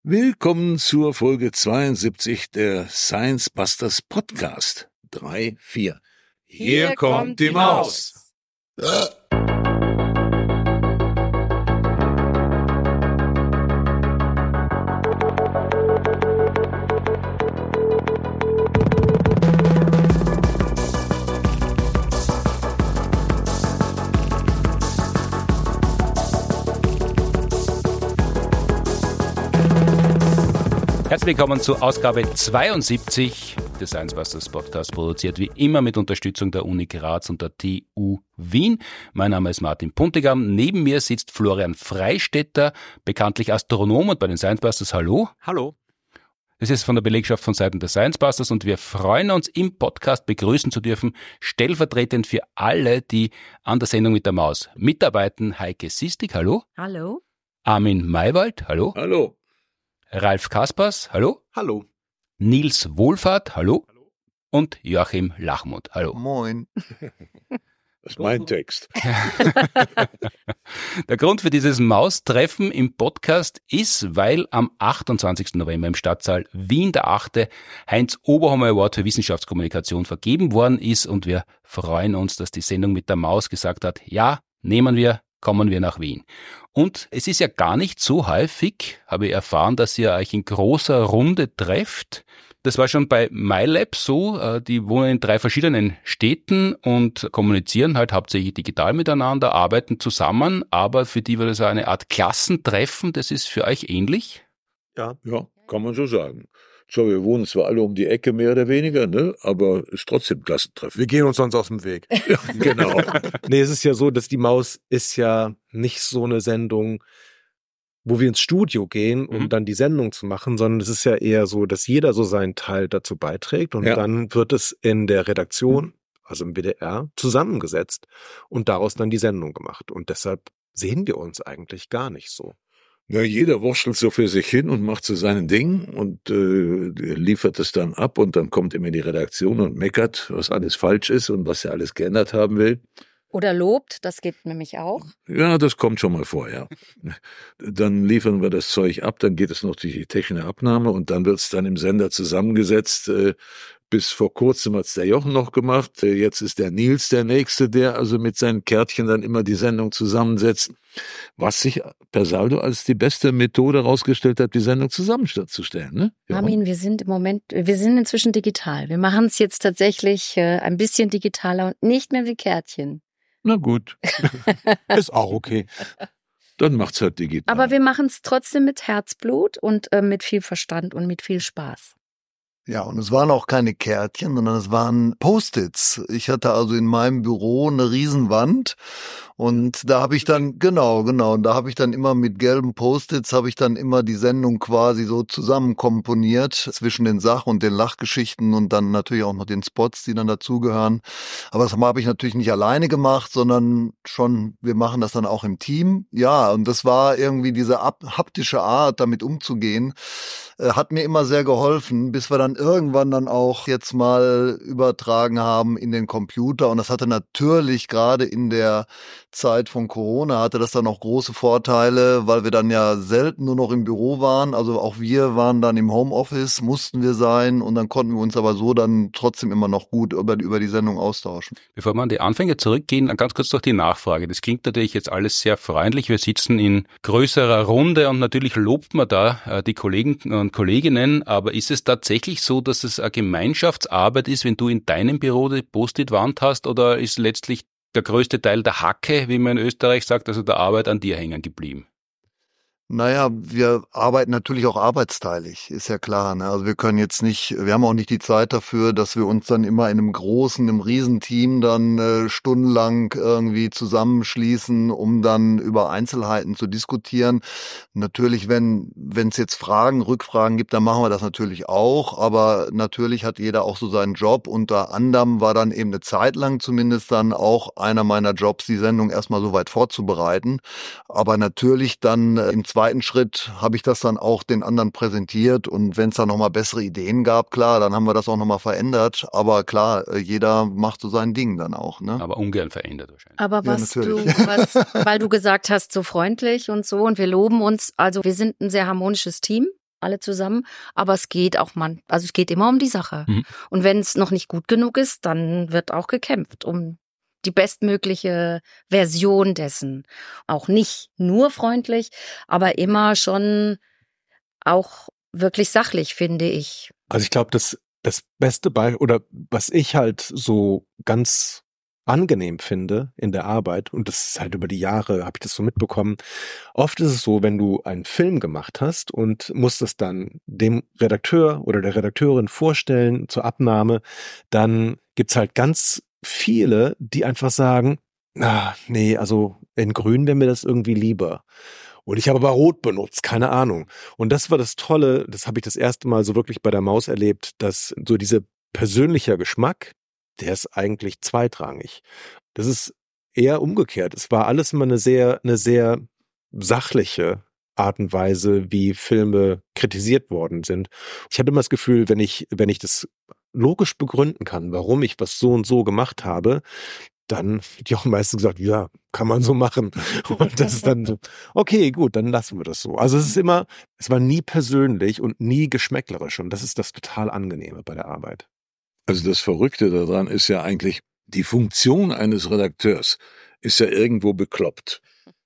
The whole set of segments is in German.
Willkommen zur Folge 72 der Science Busters Podcast. 3, 4. Hier kommt die Maus. Herzlich willkommen zur Ausgabe 72 des Science Busters Podcast, produziert wie immer mit Unterstützung der Uni Graz und der TU Wien. Mein Name ist Martin Puntigam. Neben mir sitzt Florian Freistetter, bekanntlich Astronom und bei den Science Busters. Hallo. Hallo. Das ist von der Belegschaft von Seiten der Science Busters und wir freuen uns, im Podcast begrüßen zu dürfen, stellvertretend für alle, die an der Sendung mit der Maus mitarbeiten, Heike Sistig. Hallo. Hallo. Armin Maywald. Hallo. Hallo. Ralf Kaspers, hallo. Hallo. Nils Wohlfahrt, hallo. Und Joachim Lachmuth, hallo. Moin. Das ist mein Text. Der Grund für dieses Maustreffen im Podcast ist, weil am 28. November im Stadtsaal Wien der 8. Heinz Oberhammer Award für Wissenschaftskommunikation vergeben worden ist und wir freuen uns, dass die Sendung mit der Maus gesagt hat, ja, nehmen wir, kommen wir nach Wien. Und es ist ja gar nicht so häufig, habe ich erfahren, dass ihr euch in großer Runde trefft. Das war schon bei MyLab so, die wohnen in 3 verschiedenen Städten und kommunizieren halt hauptsächlich digital miteinander, arbeiten zusammen, aber für die war das eine Art Klassentreffen, das ist für euch ähnlich? Ja, kann man so sagen. So, wir wohnen zwar alle um die Ecke mehr oder weniger, ne, aber ist trotzdem Klassentreffen. Wir gehen uns sonst aus dem Weg. Ja, genau. Nee, es ist ja so, dass die Maus ist ja nicht so eine Sendung, wo wir ins Studio gehen, um dann die Sendung zu machen, sondern es ist ja eher so, dass jeder so seinen Teil dazu beiträgt und dann wird es in der Redaktion, also im WDR, zusammengesetzt und daraus dann die Sendung gemacht. Und deshalb sehen wir uns eigentlich gar nicht so. Ja, jeder wurschtelt so für sich hin und macht so sein Ding und liefert es dann ab und dann kommt immer die Redaktion und meckert, was alles falsch ist und was er alles geändert haben will. Oder lobt, das gibt nämlich auch. Ja, das kommt schon mal vor, ja. Dann liefern wir das Zeug ab, dann geht es noch durch die technische Abnahme und dann wird es dann im Sender zusammengesetzt. Bis vor kurzem hat's der Jochen noch gemacht. Jetzt ist der Nils der Nächste, der also mit seinen Kärtchen dann immer die Sendung zusammensetzt. Was sich per Saldo als die beste Methode herausgestellt hat, die Sendung zusammenzustellen. Ne? Armin, wir sind inzwischen digital. Wir machen es jetzt tatsächlich ein bisschen digitaler und nicht mehr wie Kärtchen. Na gut. Ist auch okay. Dann macht's halt digital. Aber wir machen es trotzdem mit Herzblut und mit viel Verstand und mit viel Spaß. Ja, und es waren auch keine Kärtchen, sondern es waren Post-its. Ich hatte also in meinem Büro eine Riesenwand und da habe ich dann, genau, da habe ich dann immer mit gelben Post-its, habe ich dann immer die Sendung quasi so zusammen komponiert zwischen den Sach- und den Lachgeschichten und dann natürlich auch noch den Spots, die dann dazugehören. Aber das habe ich natürlich nicht alleine gemacht, sondern schon, wir machen das dann auch im Team. Ja, und das war irgendwie diese haptische Art, damit umzugehen, hat mir immer sehr geholfen, bis wir dann irgendwann dann auch jetzt mal übertragen haben in den Computer. Und das hatte natürlich gerade in der Zeit von Corona hatte das dann auch große Vorteile, weil wir dann ja selten nur noch im Büro waren. Also auch wir waren dann im Homeoffice, mussten wir sein und dann konnten wir uns aber so dann trotzdem immer noch gut über die Sendung austauschen. Bevor wir an die Anfänge zurückgehen, ganz kurz noch die Nachfrage. Das klingt natürlich jetzt alles sehr freundlich. Wir sitzen in größerer Runde und natürlich lobt man da die Kollegen und Kolleginnen. Aber ist es tatsächlich so, dass es eine Gemeinschaftsarbeit ist, wenn du in deinem Büro die Post-it-Wand hast, oder ist letztlich der größte Teil der Hacke, wie man in Österreich sagt, also der Arbeit an dir hängen geblieben? Naja, wir arbeiten natürlich auch arbeitsteilig, ist ja klar. Ne? Also wir haben auch nicht die Zeit dafür, dass wir uns dann immer in einem Riesenteam dann stundenlang irgendwie zusammenschließen, um dann über Einzelheiten zu diskutieren. Natürlich, wenn es jetzt Rückfragen gibt, dann machen wir das natürlich auch. Aber natürlich hat jeder auch so seinen Job. Unter anderem war dann eben eine Zeit lang zumindest dann auch einer meiner Jobs, die Sendung erstmal so weit vorzubereiten. Aber natürlich dann im zweiten Schritt habe ich das dann auch den anderen präsentiert und wenn es da nochmal bessere Ideen gab, klar, dann haben wir das auch nochmal verändert, aber klar, jeder macht so sein Ding dann auch. Ne? Aber ungern verändert wahrscheinlich. Aber weil du gesagt hast, so freundlich und so und wir loben uns, also wir sind ein sehr harmonisches Team. alle zusammen, aber es geht es geht immer um die Sache. Und wenn es noch nicht gut genug ist, dann wird auch gekämpft um die bestmögliche Version dessen. Auch nicht nur freundlich, aber immer schon auch wirklich sachlich, finde ich. Also ich glaube, das beste Beispiel oder was ich halt so ganz angenehm finde in der Arbeit, und das ist halt über die Jahre, habe ich das so mitbekommen, oft ist es so, wenn du einen Film gemacht hast und musst es dann dem Redakteur oder der Redakteurin vorstellen zur Abnahme, dann gibt's halt ganz viele, die einfach sagen, nee, also in Grün wäre mir das irgendwie lieber. Und ich habe aber Rot benutzt, keine Ahnung. Und das war das Tolle, das habe ich das erste Mal so wirklich bei der Maus erlebt, dass so dieser persönlicher Geschmack, der ist eigentlich zweitrangig. Das ist eher umgekehrt. Es war alles immer eine sehr sachliche Art und Weise, wie Filme kritisiert worden sind. Ich hatte immer das Gefühl, wenn ich das logisch begründen kann, warum ich was so und so gemacht habe, dann die auch meistens gesagt, ja, kann man so machen. Und das ist dann so, okay, gut, dann lassen wir das so. Also es war nie persönlich und nie geschmäcklerisch. Und das ist das total Angenehme bei der Arbeit. Also das Verrückte daran ist ja eigentlich, die Funktion eines Redakteurs ist ja irgendwo bekloppt.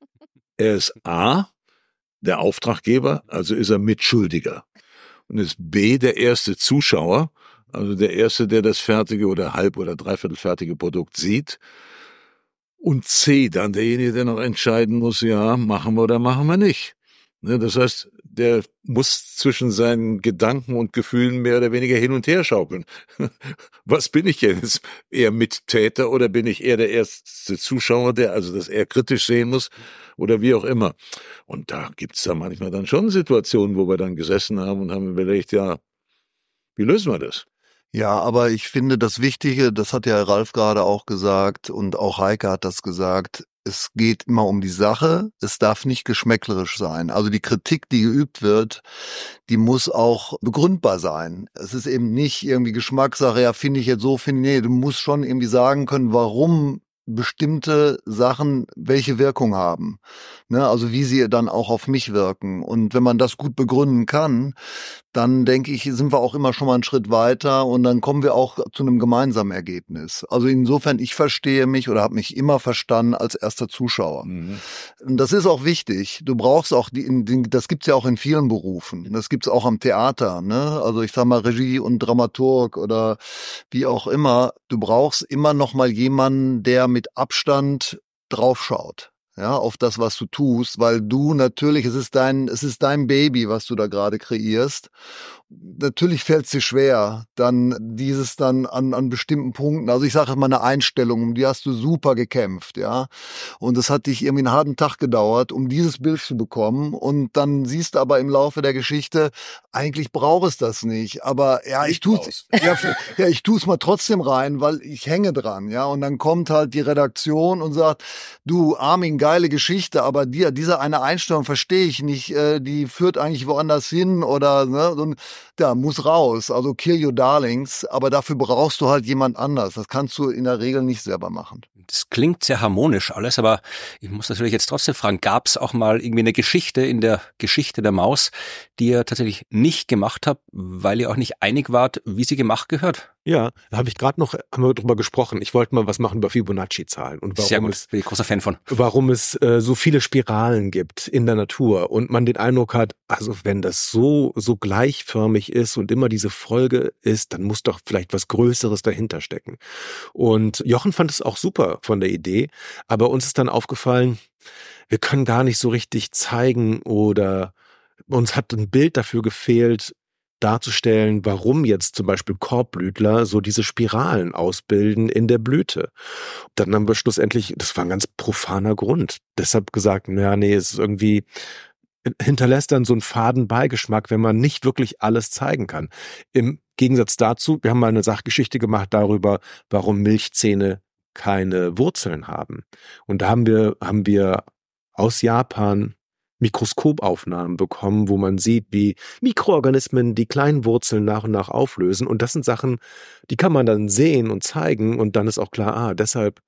Er ist A, der Auftraggeber, also ist er Mitschuldiger. Und ist B, der erste Zuschauer, also der Erste, der das fertige oder halb- oder dreiviertelfertige Produkt sieht. Und C, dann derjenige, der noch entscheiden muss, ja, machen wir oder machen wir nicht. Das heißt, der muss zwischen seinen Gedanken und Gefühlen mehr oder weniger hin und her schaukeln. Was bin ich jetzt? Eher Mittäter oder bin ich eher der erste Zuschauer, der also das eher kritisch sehen muss oder wie auch immer? Und da gibt's da manchmal dann schon Situationen, wo wir dann gesessen haben und haben überlegt, ja, wie lösen wir das? Ja, aber ich finde das Wichtige, das hat ja Ralf gerade auch gesagt und auch Heike hat das gesagt, es geht immer um die Sache, es darf nicht geschmäcklerisch sein. Also die Kritik, die geübt wird, die muss auch begründbar sein. Es ist eben nicht irgendwie Geschmackssache, ja, finde ich jetzt so, nee, du musst schon irgendwie sagen können, warum bestimmte Sachen welche Wirkung haben, ne? Also wie sie dann auch auf mich wirken. Und wenn man das gut begründen kann, dann denke ich, sind wir auch immer schon mal einen Schritt weiter und dann kommen wir auch zu einem gemeinsamen Ergebnis. Also insofern, ich verstehe mich oder habe mich immer verstanden als erster Zuschauer. Und das ist auch wichtig. Du brauchst auch das gibt's ja auch in vielen Berufen. Das gibt's auch am Theater, ne? Also ich sag mal Regie und Dramaturg oder wie auch immer. Du brauchst immer noch mal jemanden, der mit Abstand draufschaut. Ja, auf das, was du tust, weil du natürlich, es ist dein Baby, was du da gerade kreierst. Natürlich fällt es dir schwer, dann dieses dann an bestimmten Punkten, also ich sage mal eine Einstellung, um die hast du super gekämpft, ja. Und es hat dich irgendwie einen halben Tag gedauert, um dieses Bild zu bekommen. Und dann siehst du aber im Laufe der Geschichte, eigentlich braucht es das nicht. Aber ja, ich tu's mal trotzdem rein, weil ich hänge dran, ja. Und dann kommt halt die Redaktion und sagt, du Armin, geile Geschichte, aber diese eine Einstellung verstehe ich nicht, die führt eigentlich woanders hin oder ne, da muss raus, also kill your darlings, aber dafür brauchst du halt jemand anders. Das kannst du in der Regel nicht selber machen. Das klingt sehr harmonisch alles, aber ich muss natürlich jetzt trotzdem fragen, gab es auch mal irgendwie eine Geschichte in der Geschichte der Maus, die ihr tatsächlich nicht gemacht habt, weil ihr auch nicht einig wart, wie sie gemacht gehört? Ja, da haben wir drüber gesprochen. Ich wollte mal was machen über Fibonacci-Zahlen und Sehr gut, bin ich großer Fan von. Warum es so viele Spiralen gibt in der Natur und man den Eindruck hat, also wenn das so gleichförmig ist und immer diese Folge ist, dann muss doch vielleicht was Größeres dahinter stecken. Und Jochen fand es auch super von der Idee, aber uns ist dann aufgefallen, wir können gar nicht so richtig zeigen oder uns hat ein Bild dafür gefehlt, darzustellen, warum jetzt zum Beispiel Korbblütler so diese Spiralen ausbilden in der Blüte. Dann haben wir schlussendlich, das war ein ganz profaner Grund, deshalb gesagt, es ist irgendwie, hinterlässt dann so einen faden Beigeschmack, wenn man nicht wirklich alles zeigen kann. Im Gegensatz dazu, wir haben mal eine Sachgeschichte gemacht darüber, warum Milchzähne keine Wurzeln haben. Und da haben wir aus Japan Mikroskopaufnahmen bekommen, wo man sieht, wie Mikroorganismen die kleinen Wurzeln nach und nach auflösen. Und das sind Sachen, die kann man dann sehen und zeigen. Und dann ist auch klar, deshalb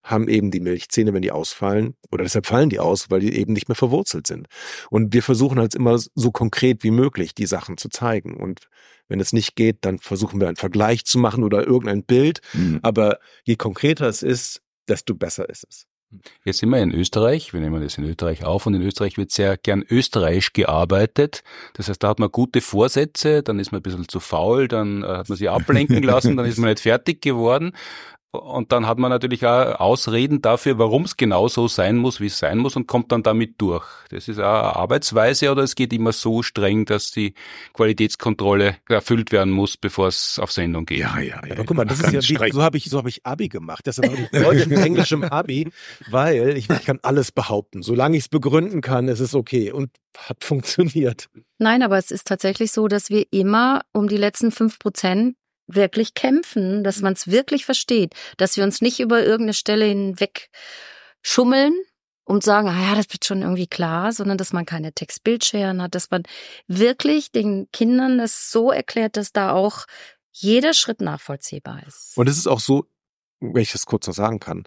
haben eben die Milchzähne, wenn die ausfallen, oder deshalb fallen die aus, weil die eben nicht mehr verwurzelt sind. Und wir versuchen halt immer so konkret wie möglich die Sachen zu zeigen. Und wenn es nicht geht, dann versuchen wir einen Vergleich zu machen oder irgendein Bild. Aber je konkreter es ist, desto besser ist es. Jetzt sind wir in Österreich, wir nehmen das in Österreich auf und in Österreich wird sehr gern österreichisch gearbeitet. Das heißt, da hat man gute Vorsätze, dann ist man ein bisschen zu faul, dann hat man sich ablenken lassen, dann ist man nicht fertig geworden. Und dann hat man natürlich auch Ausreden dafür, warum es genau so sein muss, wie es sein muss und kommt dann damit durch. Das ist auch eine Arbeitsweise oder es geht immer so streng, dass die Qualitätskontrolle erfüllt werden muss, bevor es auf Sendung geht. Ja. Aber guck mal, das ist ja wie, so habe ich Abi gemacht. Das ist Deutsch und Englisch im Abi, weil ich kann alles behaupten. Solange ich es begründen kann, ist es okay und hat funktioniert. Nein, aber es ist tatsächlich so, dass wir immer um die letzten 5% wirklich kämpfen, dass man es wirklich versteht, dass wir uns nicht über irgendeine Stelle hinweg schummeln und sagen, das wird schon irgendwie klar, sondern dass man keine Text-Bild-Scheren hat, dass man wirklich den Kindern das so erklärt, dass da auch jeder Schritt nachvollziehbar ist. Und es ist auch so, wenn ich das kurz noch sagen kann,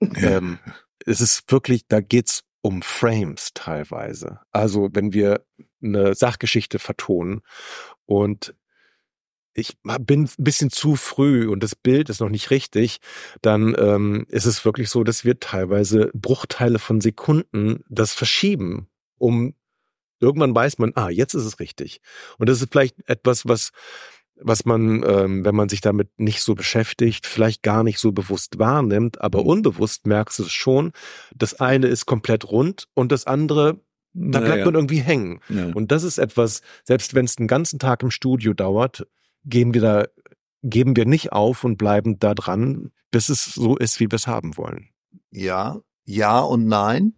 es ist wirklich, da geht's um Frames teilweise. Also wenn wir eine Sachgeschichte vertonen und ich bin ein bisschen zu früh und das Bild ist noch nicht richtig, dann ist es wirklich so, dass wir teilweise Bruchteile von Sekunden das verschieben, um irgendwann weiß man, jetzt ist es richtig. Und das ist vielleicht etwas, was man, wenn man sich damit nicht so beschäftigt, vielleicht gar nicht so bewusst wahrnimmt, aber unbewusst merkst du es schon. Das eine ist komplett rund und das andere, da bleibt man irgendwie hängen. Ja. Und das ist etwas, selbst wenn es den ganzen Tag im Studio dauert, geben wir nicht auf und bleiben da dran, bis es so ist, wie wir es haben wollen. Ja und nein.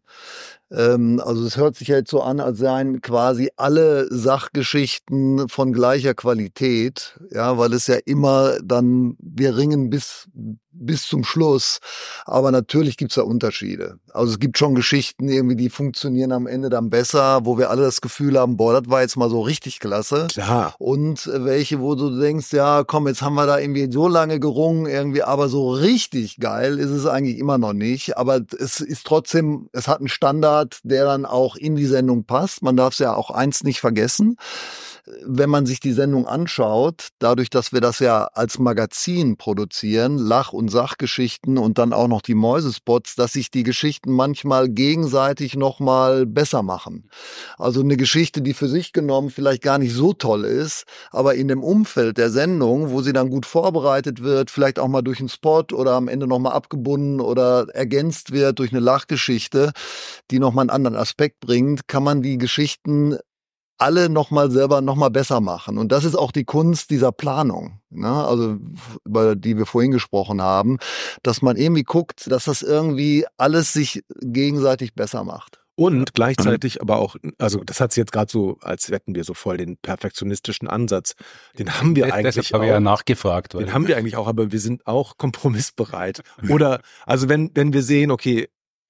Also es hört sich jetzt so an, als seien quasi alle Sachgeschichten von gleicher Qualität, ja, weil es ja immer dann, wir ringen bis zum Schluss, aber natürlich gibt's da Unterschiede. Also es gibt schon Geschichten irgendwie, die funktionieren am Ende dann besser, wo wir alle das Gefühl haben, boah, das war jetzt mal so richtig klasse. Klar. Und welche, wo du denkst, ja, komm, jetzt haben wir da irgendwie so lange gerungen, irgendwie, aber so richtig geil ist es eigentlich immer noch nicht. Aber es ist trotzdem, es hat einen Standard, der dann auch in die Sendung passt. Man darf es ja auch eins nicht vergessen. Wenn man sich die Sendung anschaut, dadurch, dass wir das ja als Magazin produzieren, Lach- und Sachgeschichten und dann auch noch die Mäusespots, dass sich die Geschichten manchmal gegenseitig nochmal besser machen. Also eine Geschichte, die für sich genommen vielleicht gar nicht so toll ist, aber in dem Umfeld der Sendung, wo sie dann gut vorbereitet wird, vielleicht auch mal durch einen Spot oder am Ende nochmal abgebunden oder ergänzt wird durch eine Lachgeschichte, die nochmal einen anderen Aspekt bringt, kann man die Geschichten alle nochmal selber nochmal besser machen. Und das ist auch die Kunst dieser Planung, ne? Also über die wir vorhin gesprochen haben, dass man irgendwie guckt, dass das irgendwie alles sich gegenseitig besser macht. Und gleichzeitig aber auch, also das hat sie jetzt gerade so, als hätten wir so voll den perfektionistischen Ansatz. Den haben wir eigentlich deshalb habe ich ja nachgefragt. Den haben wir eigentlich auch, aber wir sind auch kompromissbereit. Oder, also wenn wir sehen, okay,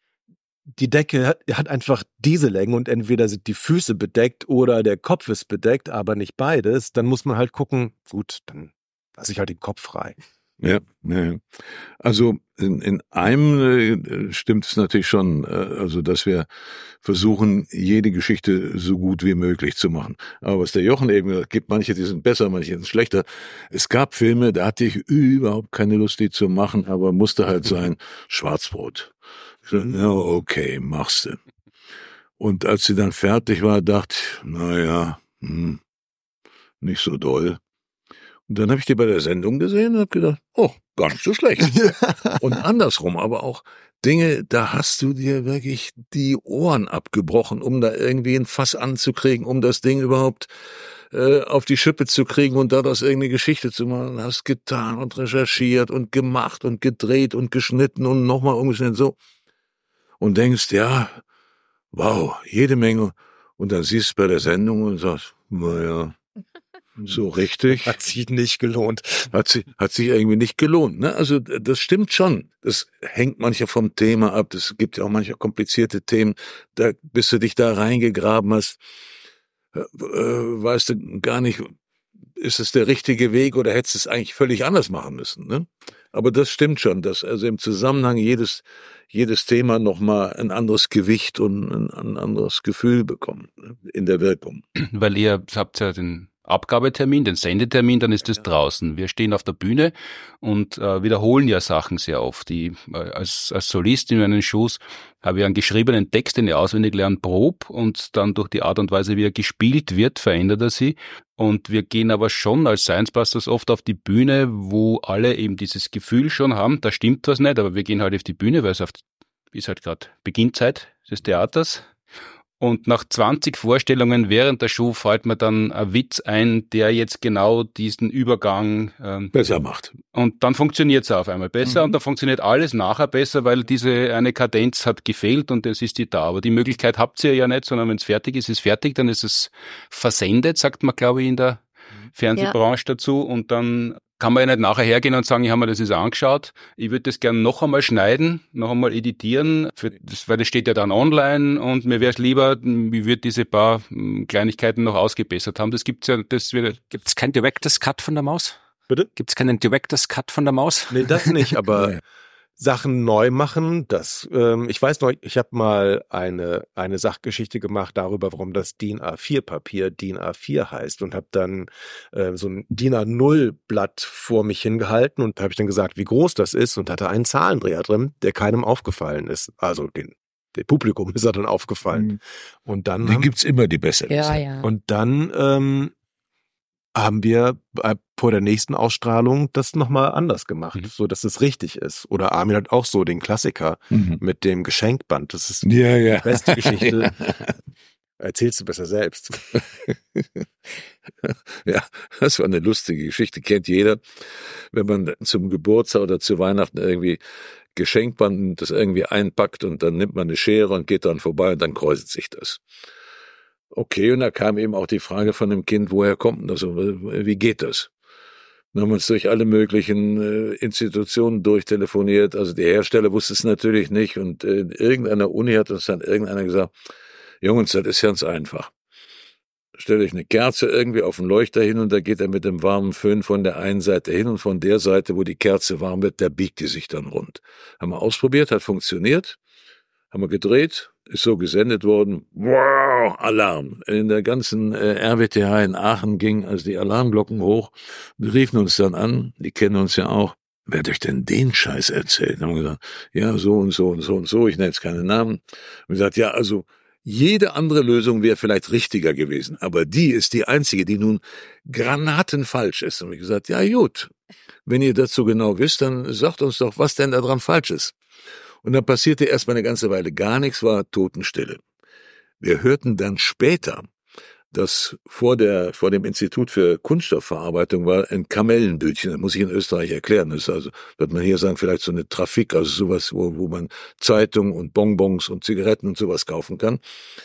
die Decke hat einfach diese Länge und entweder sind die Füße bedeckt oder der Kopf ist bedeckt, aber nicht beides, dann muss man halt gucken, gut, dann lasse ich halt den Kopf frei. Ja. Also in einem stimmt es natürlich schon, also dass wir versuchen, jede Geschichte so gut wie möglich zu machen. Aber was der Jochen eben gesagt hat, gibt manche, die sind besser, manche sind schlechter. Es gab Filme, da hatte ich überhaupt keine Lust, die zu machen, aber musste halt sein, Schwarzbrot. Ja, okay, machst du. Und als sie dann fertig war, dachte ich, nicht so doll. Und dann habe ich die bei der Sendung gesehen und habe gedacht, oh, gar nicht so schlecht. Und andersrum aber auch Dinge, da hast du dir wirklich die Ohren abgebrochen, um da irgendwie ein Fass anzukriegen, um das Ding überhaupt auf die Schippe zu kriegen und daraus irgendeine Geschichte zu machen. Hast getan und recherchiert und gemacht und gedreht und geschnitten und nochmal umgeschnitten, so. Und denkst, ja, wow, jede Menge. Und dann siehst du bei der Sendung und sagst, so richtig. Hat sich nicht gelohnt. Hat sich irgendwie nicht gelohnt, ne? Also, das stimmt schon. Das hängt mancher vom Thema ab. Es gibt ja auch manche komplizierte Themen. Da, bis du dich da reingegraben hast, weißt du gar nicht, ist es der richtige Weg oder hättest du es eigentlich völlig anders machen müssen, ne? Aber das stimmt schon, dass also im Zusammenhang jedes Thema nochmal ein anderes Gewicht und ein anderes Gefühl bekommt in der Wirkung. Weil ihr habt ja den Abgabetermin, den Sendetermin, dann ist das draußen. Wir stehen auf der Bühne und wiederholen ja Sachen sehr oft. Als Solist in meinen Shows habe ich einen geschriebenen Text, den ich auswendig lerne, prob und dann durch die Art und Weise, wie er gespielt wird, verändert er sie. Und wir gehen aber schon als Science Busters oft auf die Bühne, wo alle eben dieses Gefühl schon haben, da stimmt was nicht, aber wir gehen halt auf die Bühne, weil es ist halt gerade Beginnzeit des Theaters. Und nach 20 Vorstellungen während der Show fällt mir dann ein Witz ein, der jetzt genau diesen Übergang besser macht. Und dann funktioniert es auf einmal besser und dann funktioniert alles nachher besser, weil diese eine Kadenz hat gefehlt und es ist die da. Aber die Möglichkeit habt ihr ja nicht, sondern wenn es fertig ist, ist fertig, dann ist es versendet, sagt man, glaube ich, in der Fernsehbranche dazu. Und dann kann man ja nicht nachher hergehen und sagen, ich habe mir das jetzt angeschaut, ich würde das gerne noch einmal schneiden, noch einmal editieren, weil das steht ja dann online und mir wäre es lieber, wie würde diese paar Kleinigkeiten noch ausgebessert haben. Das gibt's ja, Gibt's kein Director's Cut von der Maus? Bitte? Gibt's keinen Director's Cut von der Maus? Nee, das nicht, aber Sachen neu machen, ich weiß noch, ich habe mal eine Sachgeschichte gemacht darüber, warum das DIN A4-Papier DIN A4 heißt und habe dann so ein DIN A0-Blatt vor mich hingehalten und habe ich dann gesagt, wie groß das ist und hatte einen Zahlendreher drin, der keinem aufgefallen ist. Also dem Publikum ist er dann aufgefallen. Und dann gibt's immer, die besseren. Ja. Und dann haben wir vor der nächsten Ausstrahlung das nochmal anders gemacht, so dass es richtig ist. Oder Armin hat auch so den Klassiker mit dem Geschenkband. Das ist die beste Geschichte. Erzählst du besser selbst. Ja, das war eine lustige Geschichte, kennt jeder. Wenn man zum Geburtstag oder zu Weihnachten irgendwie Geschenkband das irgendwie einpackt und dann nimmt man eine Schere und geht dann vorbei und dann kreuzt sich das. Okay, und da kam eben auch die Frage von dem Kind, woher kommt denn das und wie geht das? Dann haben wir uns durch alle möglichen Institutionen durchtelefoniert. Also der Hersteller wusste es natürlich nicht und in irgendeiner Uni hat uns dann irgendeiner gesagt, Jungs, das ist ganz einfach. Stellt euch eine Kerze irgendwie auf den Leuchter hin und da geht er mit dem warmen Föhn von der einen Seite hin und von der Seite, wo die Kerze warm wird, da biegt die sich dann rund. Haben wir ausprobiert, hat funktioniert, haben wir gedreht, ist so gesendet worden, wow, Alarm. In der ganzen RWTH in Aachen ging also die Alarmglocken hoch, die riefen uns dann an, die kennen uns ja auch. Wer hat euch denn den Scheiß erzählt? Dann haben wir gesagt, ja, so und so und so und so, ich nenne jetzt keine Namen. Und gesagt, ja, also jede andere Lösung wäre vielleicht richtiger gewesen, aber die ist die einzige, die nun granatenfalsch ist. Und ich gesagt, ja gut, wenn ihr das so genau wisst, dann sagt uns doch, was denn da dran falsch ist. Und dann passierte erstmal eine ganze Weile gar nichts, war Totenstille. Wir hörten dann später, dass vor dem Institut für Kunststoffverarbeitung war ein Kamellenbütchen, das muss ich in Österreich erklären. Das ist also, wird man hier sagen, vielleicht so eine Trafik, also sowas, wo man Zeitungen und Bonbons und Zigaretten und sowas kaufen kann.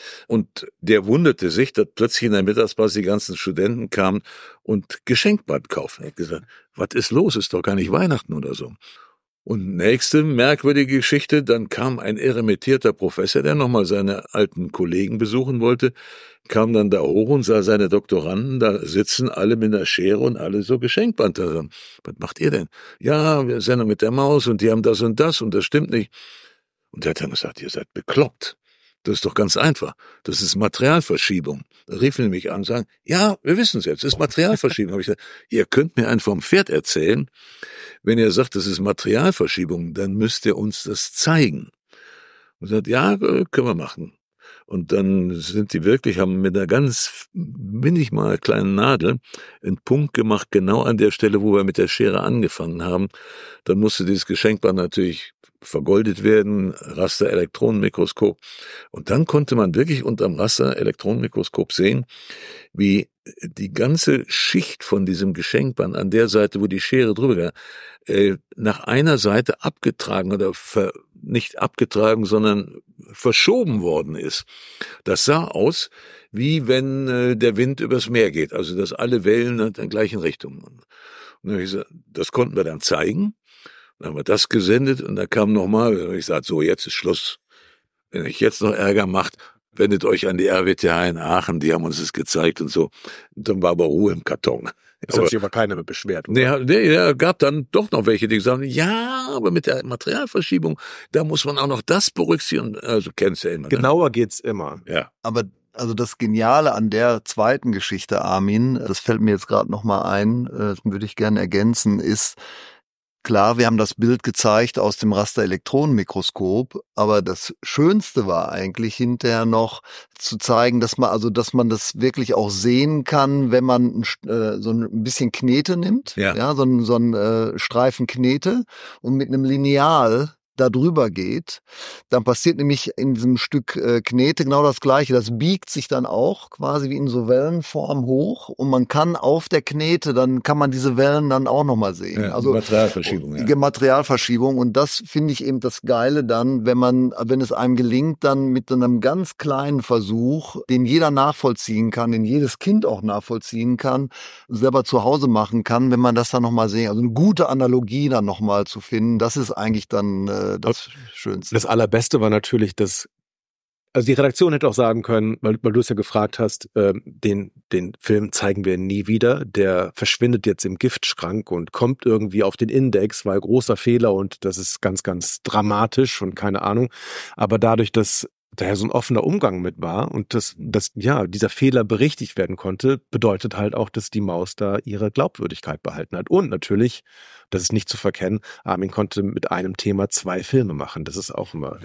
Und der wunderte sich, dass plötzlich in der Mittagspause die ganzen Studenten kamen und Geschenkband kaufen. Er hat gesagt, was ist los? Ist doch gar nicht Weihnachten oder so. Und nächste merkwürdige Geschichte, dann kam ein emeritierter Professor, der nochmal seine alten Kollegen besuchen wollte, kam dann da hoch und sah seine Doktoranden da sitzen, alle mit einer Schere und alle so Geschenkband. Da, was macht ihr denn? Ja, wir sind mit der Maus und die haben das und das stimmt nicht. Und der hat dann gesagt, ihr seid bekloppt. Das ist doch ganz einfach. Das ist Materialverschiebung. Da riefen die mich an und sagen, ja, wir wissen es jetzt, das ist Materialverschiebung. Habe ich gesagt, ihr könnt mir einen vom Pferd erzählen. Wenn ihr sagt, das ist Materialverschiebung, dann müsst ihr uns das zeigen. Und sagt, ja, können wir machen. Und dann sind die wirklich, haben mit einer ganz windig mal kleinen Nadel einen Punkt gemacht, genau an der Stelle, wo wir mit der Schere angefangen haben. Dann musste dieses Geschenkband natürlich vergoldet werden, Raster-Elektronenmikroskop. Und dann konnte man wirklich unterm Raster-Elektronenmikroskop sehen, wie die ganze Schicht von diesem Geschenkband an der Seite, wo die Schere drüber war, nach einer Seite abgetragen oder nicht abgetragen, sondern verschoben worden ist. Das sah aus, wie wenn der Wind übers Meer geht, also dass alle Wellen in der gleichen Richtung waren. Und dann habe ich gesagt, das konnten wir dann zeigen. Dann haben wir das gesendet und da kam nochmal, ich sagte, so, jetzt ist Schluss. Wenn ich jetzt noch Ärger macht, wendet euch an die RWTH in Aachen, die haben uns das gezeigt und so. Dann war aber Ruhe im Karton. Es hat sich aber keiner mehr beschwert. Nee, gab dann doch noch welche, die gesagt haben, ja, aber mit der Materialverschiebung, da muss man auch noch das berücksichtigen. Also kennst du ja immer. Genauer geht's immer. Ja. Aber also das Geniale an der zweiten Geschichte, Armin, das fällt mir jetzt gerade noch mal ein, das würde ich gerne ergänzen, ist, klar, wir haben das Bild gezeigt aus dem Rasterelektronenmikroskop, aber das Schönste war eigentlich hinterher noch zu zeigen, dass man das wirklich auch sehen kann, wenn man so ein bisschen Knete nimmt, ja so ein Streifen Knete und mit einem Lineal da drüber geht, dann passiert nämlich in diesem Stück Knete genau das Gleiche. Das biegt sich dann auch quasi wie in so Wellenform hoch und man kann auf der Knete, dann kann man diese Wellen dann auch nochmal sehen. Ja, also Materialverschiebung. Ja. Materialverschiebung und das finde ich eben das Geile dann, wenn es einem gelingt, dann mit einem ganz kleinen Versuch, den jeder nachvollziehen kann, den jedes Kind auch nachvollziehen kann, selber zu Hause machen kann, wenn man das dann nochmal sehen. Also eine gute Analogie dann nochmal zu finden, das ist eigentlich dann das Schönste. Das Allerbeste war natürlich, also die Redaktion hätte auch sagen können, weil du es ja gefragt hast, den Film zeigen wir nie wieder, der verschwindet jetzt im Giftschrank und kommt irgendwie auf den Index, weil großer Fehler und das ist ganz, ganz dramatisch und keine Ahnung. Aber dadurch, dass daher so ein offener Umgang mit war und dass dieser Fehler berichtigt werden konnte, bedeutet halt auch, dass die Maus da ihre Glaubwürdigkeit behalten hat. Und natürlich, das ist nicht zu verkennen, Armin konnte mit einem Thema 2 Filme machen. Das ist auch immer.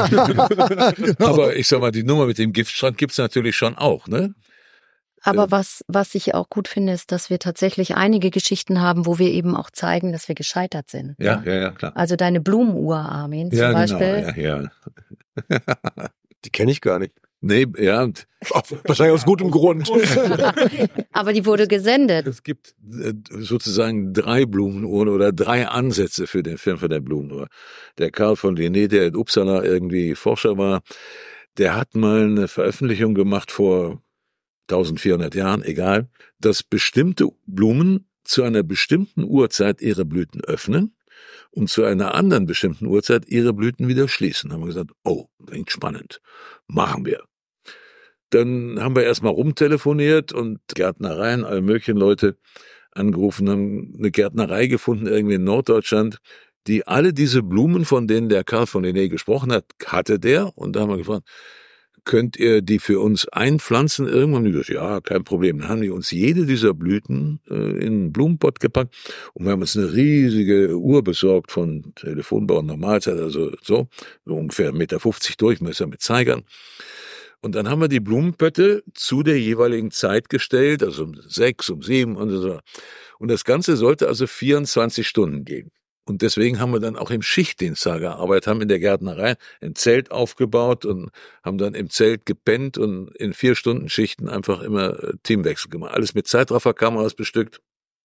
Genau. Aber ich sag mal, die Nummer mit dem Giftschrank gibt's natürlich schon auch, ne? Aber was ich auch gut finde, ist, dass wir tatsächlich einige Geschichten haben, wo wir eben auch zeigen, dass wir gescheitert sind. Ja, klar. Also deine Blumenuhr, Armin, zum Beispiel. Genau, ja. Die kenne ich gar nicht. Nee, ja. Wahrscheinlich aus gutem Grund. Aber die wurde gesendet. Es gibt sozusagen 3 Blumenuhren oder 3 Ansätze für den Film von der Blumenuhr. Der Karl von Linné, der in Uppsala irgendwie Forscher war, der hat mal eine Veröffentlichung gemacht vor 1400 Jahren, egal, dass bestimmte Blumen zu einer bestimmten Uhrzeit ihre Blüten öffnen und zu einer anderen bestimmten Uhrzeit ihre Blüten wieder schließen. Da haben wir gesagt, oh, klingt spannend, machen wir. Dann haben wir erstmal rumtelefoniert und Gärtnereien, alle möglichen Leute angerufen, haben eine Gärtnerei gefunden, irgendwie in Norddeutschland, die alle diese Blumen, von denen der Karl von Linné gesprochen hat, hatte der. Und da haben wir gefragt, könnt ihr die für uns einpflanzen irgendwann? Die gesagt, ja, kein Problem. Dann haben die uns jede dieser Blüten in einen Blumenpott gepackt und wir haben uns eine riesige Uhr besorgt von Telefonbau und Normalzeit, also so ungefähr 1,50 Meter Durchmesser mit Zeigern. Und dann haben wir die Blumenpötte zu der jeweiligen Zeit gestellt, also um 6, um 7 und so. Und das Ganze sollte also 24 Stunden gehen. Und deswegen haben wir dann auch im Schichtdienst gearbeitet, haben in der Gärtnerei ein Zelt aufgebaut und haben dann im Zelt gepennt und in 4-Stunden-Schichten einfach immer Teamwechsel gemacht. Alles mit Zeitrafferkameras bestückt.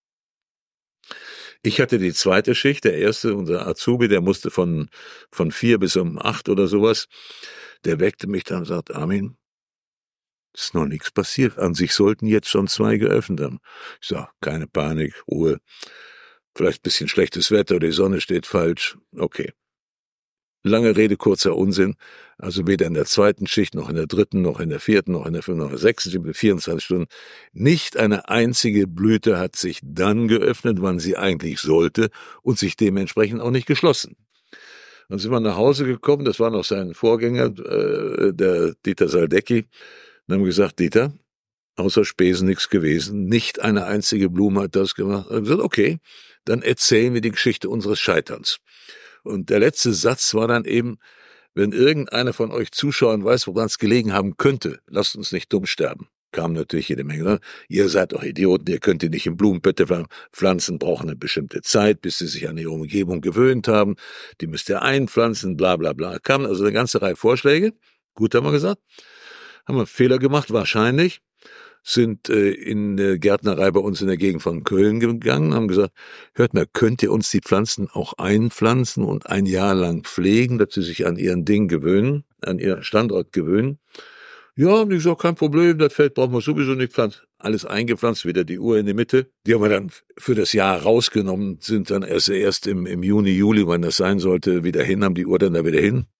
Ich hatte die zweite Schicht, der erste, unser Azubi, der musste von 4 bis um 8 oder sowas. Der weckte mich dann und sagt, Armin, ist noch nichts passiert. An sich sollten jetzt schon 2 geöffnet haben. Ich sag, keine Panik, Ruhe. Vielleicht ein bisschen schlechtes Wetter, die Sonne steht falsch. Okay. Lange Rede, kurzer Unsinn. Also weder in der zweiten Schicht, noch in der dritten, noch in der vierten, noch in der fünften, noch in der sechsten Schicht, 24 Stunden. Nicht eine einzige Blüte hat sich dann geöffnet, wann sie eigentlich sollte und sich dementsprechend auch nicht geschlossen. Dann sind wir nach Hause gekommen, das war noch sein Vorgänger, der Dieter Saldecki. Dann haben wir gesagt, Dieter, außer Spesen nichts gewesen, nicht eine einzige Blume hat das gemacht. Und gesagt, okay, dann erzählen wir die Geschichte unseres Scheiterns. Und der letzte Satz war dann eben, wenn irgendeiner von euch Zuschauern weiß, woran es gelegen haben könnte, lasst uns nicht dumm sterben. Kam natürlich jede Menge. Ne? Ihr seid doch Idioten, ihr könnt die nicht in Blumenpötte pflanzen, brauchen eine bestimmte Zeit, bis sie sich an ihre Umgebung gewöhnt haben. Die müsst ihr einpflanzen, bla bla bla. Kamen also eine ganze Reihe Vorschläge. Gut, haben wir gesagt. Haben wir Fehler gemacht, wahrscheinlich. Sind in der Gärtnerei bei uns in der Gegend von Köln gegangen, haben gesagt, hört mal, könnt ihr uns die Pflanzen auch einpflanzen und ein Jahr lang pflegen, dass sie sich an ihren Ding gewöhnen, an ihren Standort gewöhnen? Ja, haben die gesagt, kein Problem, das Feld brauchen wir sowieso nicht pflanzen. Alles eingepflanzt, wieder die Uhr in die Mitte. Die haben wir dann für das Jahr rausgenommen, sind dann erst im Juni, Juli, wann das sein sollte, wieder hin, haben die Uhr dann da wieder hin.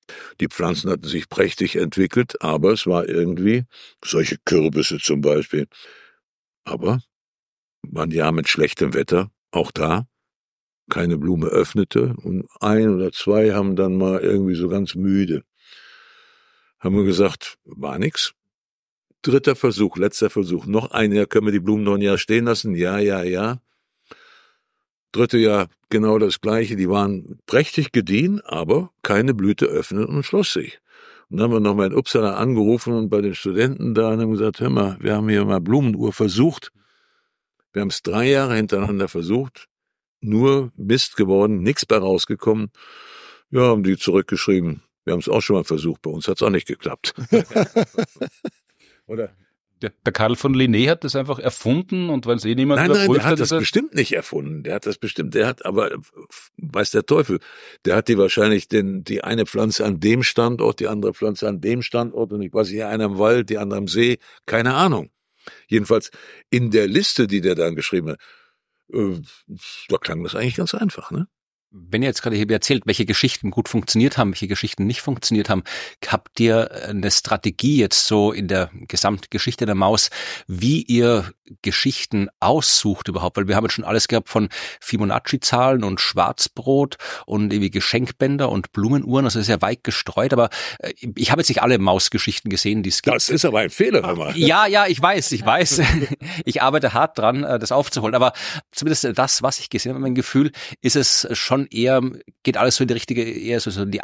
Die Pflanzen hatten sich prächtig entwickelt, aber es war irgendwie, solche Kürbisse zum Beispiel, aber waren ja mit schlechtem Wetter, auch da, keine Blume öffnete und 1 oder 2 haben dann mal irgendwie so ganz müde. Haben wir gesagt, war nix. 3. Versuch, letzter Versuch, noch ein Jahr, können wir die Blumen noch ein Jahr stehen lassen? Ja. 3. Jahr genau das Gleiche, die waren prächtig gediehen, aber keine Blüte öffnete und schloss sich. Und dann haben wir nochmal in Uppsala angerufen und bei den Studenten da und haben gesagt, hör mal, wir haben hier mal Blumenuhr versucht. Wir haben es 3 Jahre hintereinander versucht, nur Mist geworden, nichts bei rausgekommen. Ja, haben die zurückgeschrieben, wir haben es auch schon mal versucht, bei uns hat es auch nicht geklappt. Oder? Der Karl von Linné hat das einfach erfunden und weil es niemand Nein, überprüft der hat hat, das bestimmt nicht erfunden. Aber, weiß der Teufel, der hat die wahrscheinlich die eine Pflanze an dem Standort, die andere Pflanze an dem Standort und ich weiß nicht, einer im Wald, die andere am See, keine Ahnung. Jedenfalls in der Liste, die der dann geschrieben hat, da klang das eigentlich ganz einfach, ne? Wenn ihr jetzt gerade hier erzählt, welche Geschichten gut funktioniert haben, welche Geschichten nicht funktioniert haben, habt ihr eine Strategie jetzt so in der Gesamtgeschichte der Maus, wie ihr Geschichten aussucht überhaupt? Weil wir haben jetzt schon alles gehabt von Fibonacci-Zahlen und Schwarzbrot und irgendwie Geschenkbänder und Blumenuhren, also sehr weit gestreut, aber ich habe jetzt nicht alle Mausgeschichten gesehen, die es gibt. Das ist aber ein Fehler, Herr Mann. Ja, ich weiß. Ich arbeite hart dran, das aufzuholen, aber zumindest das, was ich gesehen habe, mein Gefühl, ist es schon eher, geht alles so in die richtige, eher so in die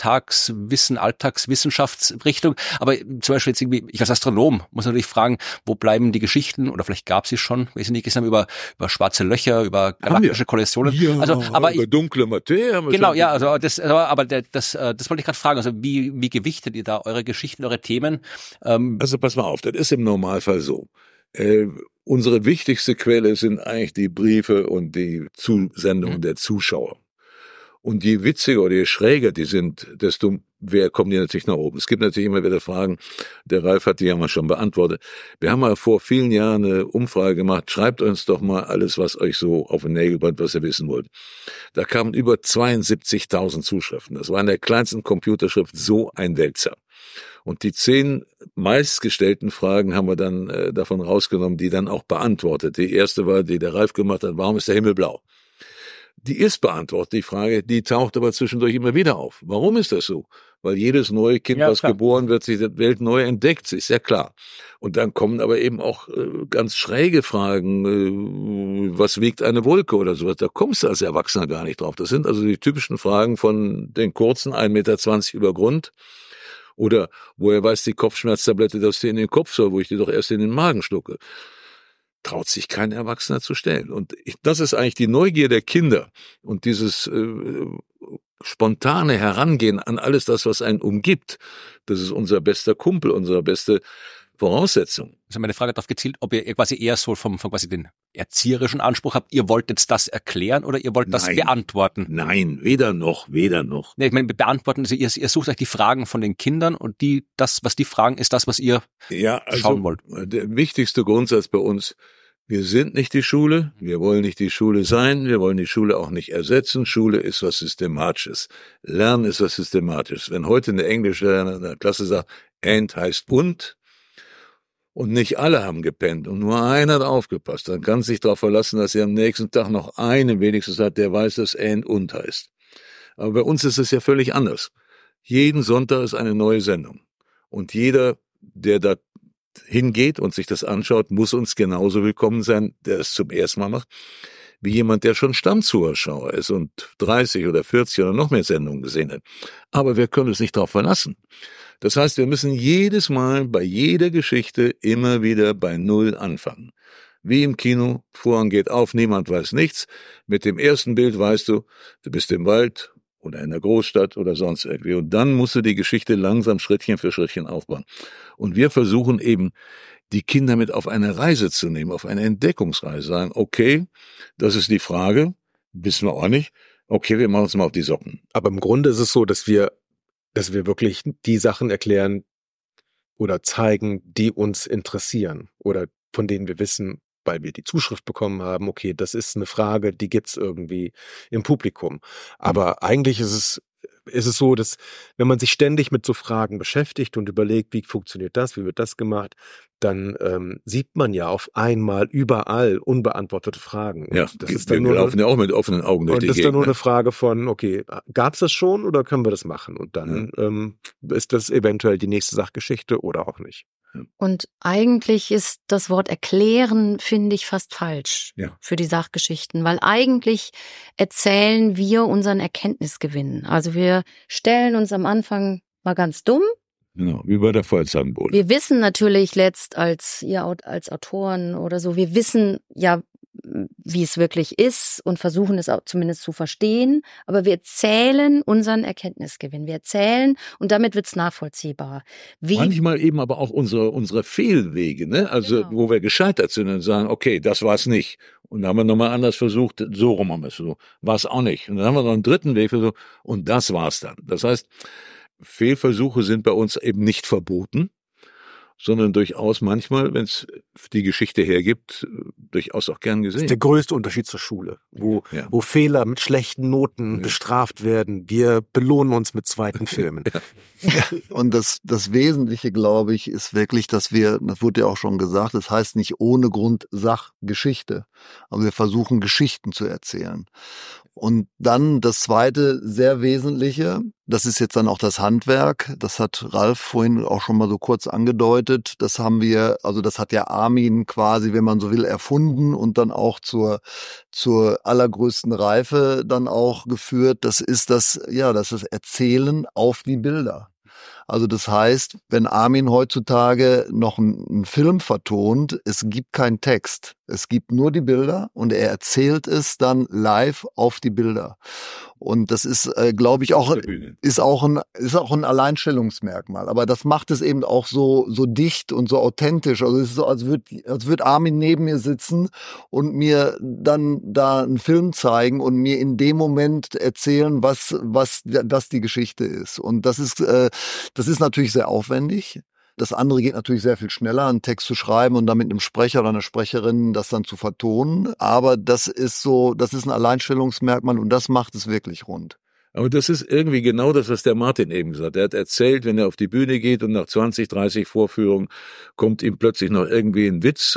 Alltagswissenschaftsrichtung. Aber zum Beispiel jetzt irgendwie, ich als Astronom muss natürlich fragen, wo bleiben die Geschichten, oder vielleicht gab es sie schon, weiß ich nicht, gesehen über schwarze Löcher, über galaktische Kollisionen. Ja, also, aber über dunkle Materie haben wir genau, schon. ja, also das wollte ich gerade fragen. Also wie gewichtet ihr da eure Geschichten, eure Themen? Also pass mal auf, das ist im Normalfall so. Unsere wichtigste Quelle sind eigentlich die Briefe und die Zusendungen der Zuschauer. Und je witziger oder je schräger die sind, desto mehr kommen die natürlich nach oben. Es gibt natürlich immer wieder Fragen, der Ralf hat die ja mal schon beantwortet. Wir haben mal vor vielen Jahren eine Umfrage gemacht, schreibt uns doch mal alles, was euch so auf den Nägel brennt, was ihr wissen wollt. Da kamen über 72.000 Zuschriften. Das war in der kleinsten Computerschrift so ein Wälzer. Und die 10 meistgestellten Fragen haben wir dann davon rausgenommen, die dann auch beantwortet. Die erste war, die der Ralf gemacht hat, warum ist der Himmel blau? Die ist beantwortet, die Frage, die taucht aber zwischendurch immer wieder auf. Warum ist das so? Weil jedes neue Kind, was geboren wird, sich die Welt neu entdeckt, ist ja klar. Und dann kommen aber eben auch ganz schräge Fragen, was wiegt eine Wolke oder sowas. Da kommst du als Erwachsener gar nicht drauf. Das sind also die typischen Fragen von den kurzen 1,20 Meter über Grund. Oder woher weiß die Kopfschmerztablette, dass die in den Kopf soll, wo ich die doch erst in den Magen schlucke? Traut sich kein Erwachsener zu stellen. Und das ist eigentlich die Neugier der Kinder und dieses spontane Herangehen an alles das, was einen umgibt. Das ist unser bester Kumpel, unsere beste Voraussetzung. Also meine Frage darauf gezielt, ob ihr quasi eher so vom quasi den erzieherischen Anspruch habt, ihr wollt jetzt das erklären oder ihr wollt das beantworten? Nein, weder noch. Nee, ich meine, beantworten, also ihr sucht euch die Fragen von den Kindern und das, was die fragen, ist das, was ihr schauen wollt. Der wichtigste Grundsatz bei uns, wir sind nicht die Schule, wir wollen nicht die Schule sein, wir wollen die Schule auch nicht ersetzen. Schule ist was Systematisches. Lernen ist was Systematisches. Wenn heute eine Englischlehrerin in der Klasse sagt, and heißt und nicht alle haben gepennt und nur einer hat aufgepasst, dann kann sich darauf verlassen, dass sie am nächsten Tag noch einen wenigstens hat, der weiß, dass and und heißt. Aber bei uns ist es ja völlig anders. Jeden Sonntag ist eine neue Sendung. Und jeder, der da hingeht und sich das anschaut, muss uns genauso willkommen sein, der es zum ersten Mal macht, wie jemand, der schon Stammzuschauer ist und 30 oder 40 oder noch mehr Sendungen gesehen hat. Aber wir können uns nicht darauf verlassen. Das heißt, wir müssen jedes Mal bei jeder Geschichte immer wieder bei Null anfangen. Wie im Kino, Vorhang geht auf, niemand weiß nichts. Mit dem ersten Bild weißt du, du bist im Wald oder in der Großstadt oder sonst irgendwie. Und dann musst du die Geschichte langsam Schrittchen für Schrittchen aufbauen. Und wir versuchen eben, die Kinder mit auf eine Reise zu nehmen, auf eine Entdeckungsreise. Sagen, okay, das ist die Frage, wissen wir auch nicht. Okay, wir machen uns mal auf die Socken. Aber im Grunde ist es so, dass wir wirklich die Sachen erklären oder zeigen, die uns interessieren oder von denen wir wissen, weil wir die Zuschrift bekommen haben, okay, das ist eine Frage, die gibt's irgendwie im Publikum. Aber eigentlich ist es ist es so, dass wenn man sich ständig mit so Fragen beschäftigt und überlegt, wie funktioniert das, wie wird das gemacht, dann sieht man ja auf einmal überall unbeantwortete Fragen. Ja, das ist dann wir laufen ja auch mit offenen Augen durch die Gegend. Und das ist dann nur eine Frage von, okay, gab es das schon oder können wir das machen? Und dann ist das eventuell die nächste Sachgeschichte oder auch nicht. Und eigentlich ist das Wort erklären, finde ich, fast falsch für die Sachgeschichten, weil eigentlich erzählen wir unseren Erkenntnisgewinn. Also wir stellen uns am Anfang mal ganz dumm. Genau, wie bei der Feuerzangenbowle. Wir wissen natürlich als Autoren oder so, wir wissen ja, wie es wirklich ist und versuchen es auch zumindest zu verstehen, aber wir erzählen unseren Erkenntnisgewinn. Wir erzählen und damit wird es nachvollziehbar. Manchmal eben aber auch unsere Fehlwege, ne? Also wo wir gescheitert sind und sagen, okay, das war's nicht. Und dann haben wir nochmal anders versucht, so rum haben wir es so, war's auch nicht. Und dann haben wir noch einen dritten Weg versucht und das war's dann. Das heißt, Fehlversuche sind bei uns eben nicht verboten, sondern durchaus manchmal, wenn es die Geschichte hergibt, durchaus auch gern gesehen. Das ist der größte Unterschied zur Schule, wo Fehler mit schlechten Noten bestraft werden. Wir belohnen uns mit zweiten Filmen. Und das Wesentliche, glaube ich, ist wirklich, dass wir, das wurde ja auch schon gesagt, das heißt nicht ohne Grund Sachgeschichte, aber wir versuchen Geschichten zu erzählen. Und dann das zweite sehr Wesentliche, das ist jetzt dann auch das Handwerk, das hat Ralf vorhin auch schon mal so kurz angedeutet, das hat ja Armin quasi, wenn man so will, erfunden und dann auch zur allergrößten Reife dann auch geführt, das ist das Erzählen auf die Bilder. Also das heißt, wenn Armin heutzutage noch einen Film vertont, es gibt keinen Text. Es gibt nur die Bilder und er erzählt es dann live auf die Bilder. Und das ist, glaube ich, auch ein Alleinstellungsmerkmal. Aber das macht es eben auch so dicht und so authentisch. Also es ist so, als würde Armin neben mir sitzen und mir dann da einen Film zeigen und mir in dem Moment erzählen, was die Geschichte ist. Und das ist natürlich sehr aufwendig. Das andere geht natürlich sehr viel schneller, einen Text zu schreiben und dann mit einem Sprecher oder einer Sprecherin das dann zu vertonen. Aber das ist ein Alleinstellungsmerkmal und das macht es wirklich rund. Aber das ist irgendwie genau das, was der Martin eben gesagt hat. Er hat erzählt, wenn er auf die Bühne geht und nach 20, 30 Vorführungen kommt ihm plötzlich noch irgendwie ein Witz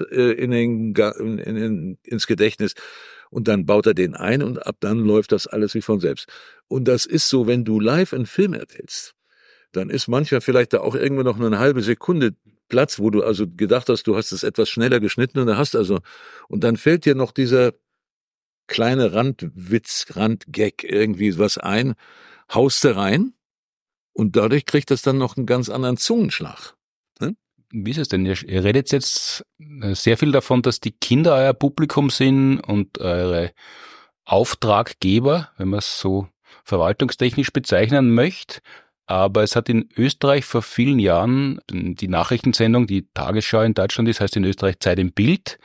ins Gedächtnis. Und dann baut er den ein und ab dann läuft das alles wie von selbst. Und das ist so, wenn du live einen Film erzählst, dann ist manchmal vielleicht da auch irgendwo noch eine halbe Sekunde Platz, wo du also gedacht hast, du hast es etwas schneller geschnitten und dann fällt dir noch dieser kleine Randwitz, Randgag irgendwie was ein, haust du rein und dadurch kriegt das dann noch einen ganz anderen Zungenschlag. Ne? Wie ist es denn? Ihr redet jetzt sehr viel davon, dass die Kinder euer Publikum sind und eure Auftraggeber, wenn man es so verwaltungstechnisch bezeichnen möchte. Aber es hat in Österreich vor vielen Jahren die Nachrichtensendung, die Tagesschau in Deutschland ist, heißt in Österreich Zeit im Bild.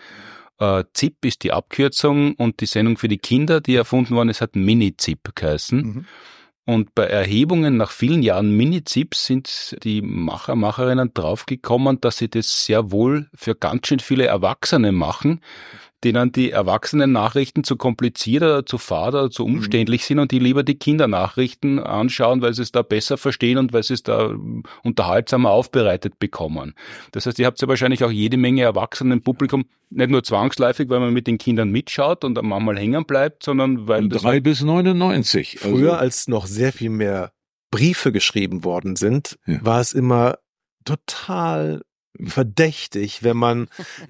ZIP ist die Abkürzung und die Sendung für die Kinder, die erfunden worden ist, hat Mini-ZIP geheißen. Mhm. Und bei Erhebungen nach vielen Jahren Mini-ZIPs sind die Macherinnen draufgekommen, dass sie das sehr wohl für ganz schön viele Erwachsene machen, denen die Erwachsenen-Nachrichten zu kompliziert oder zu fad oder zu umständlich sind und die lieber die Kindernachrichten anschauen, weil sie es da besser verstehen und weil sie es da unterhaltsamer aufbereitet bekommen. Das heißt, ihr habt ja wahrscheinlich auch jede Menge Erwachsenenpublikum, nicht nur zwangsläufig, weil man mit den Kindern mitschaut und manchmal hängen bleibt, sondern weil das 3 bis 99. Früher, als noch sehr viel mehr Briefe geschrieben worden sind, war es immer total verdächtig, wenn man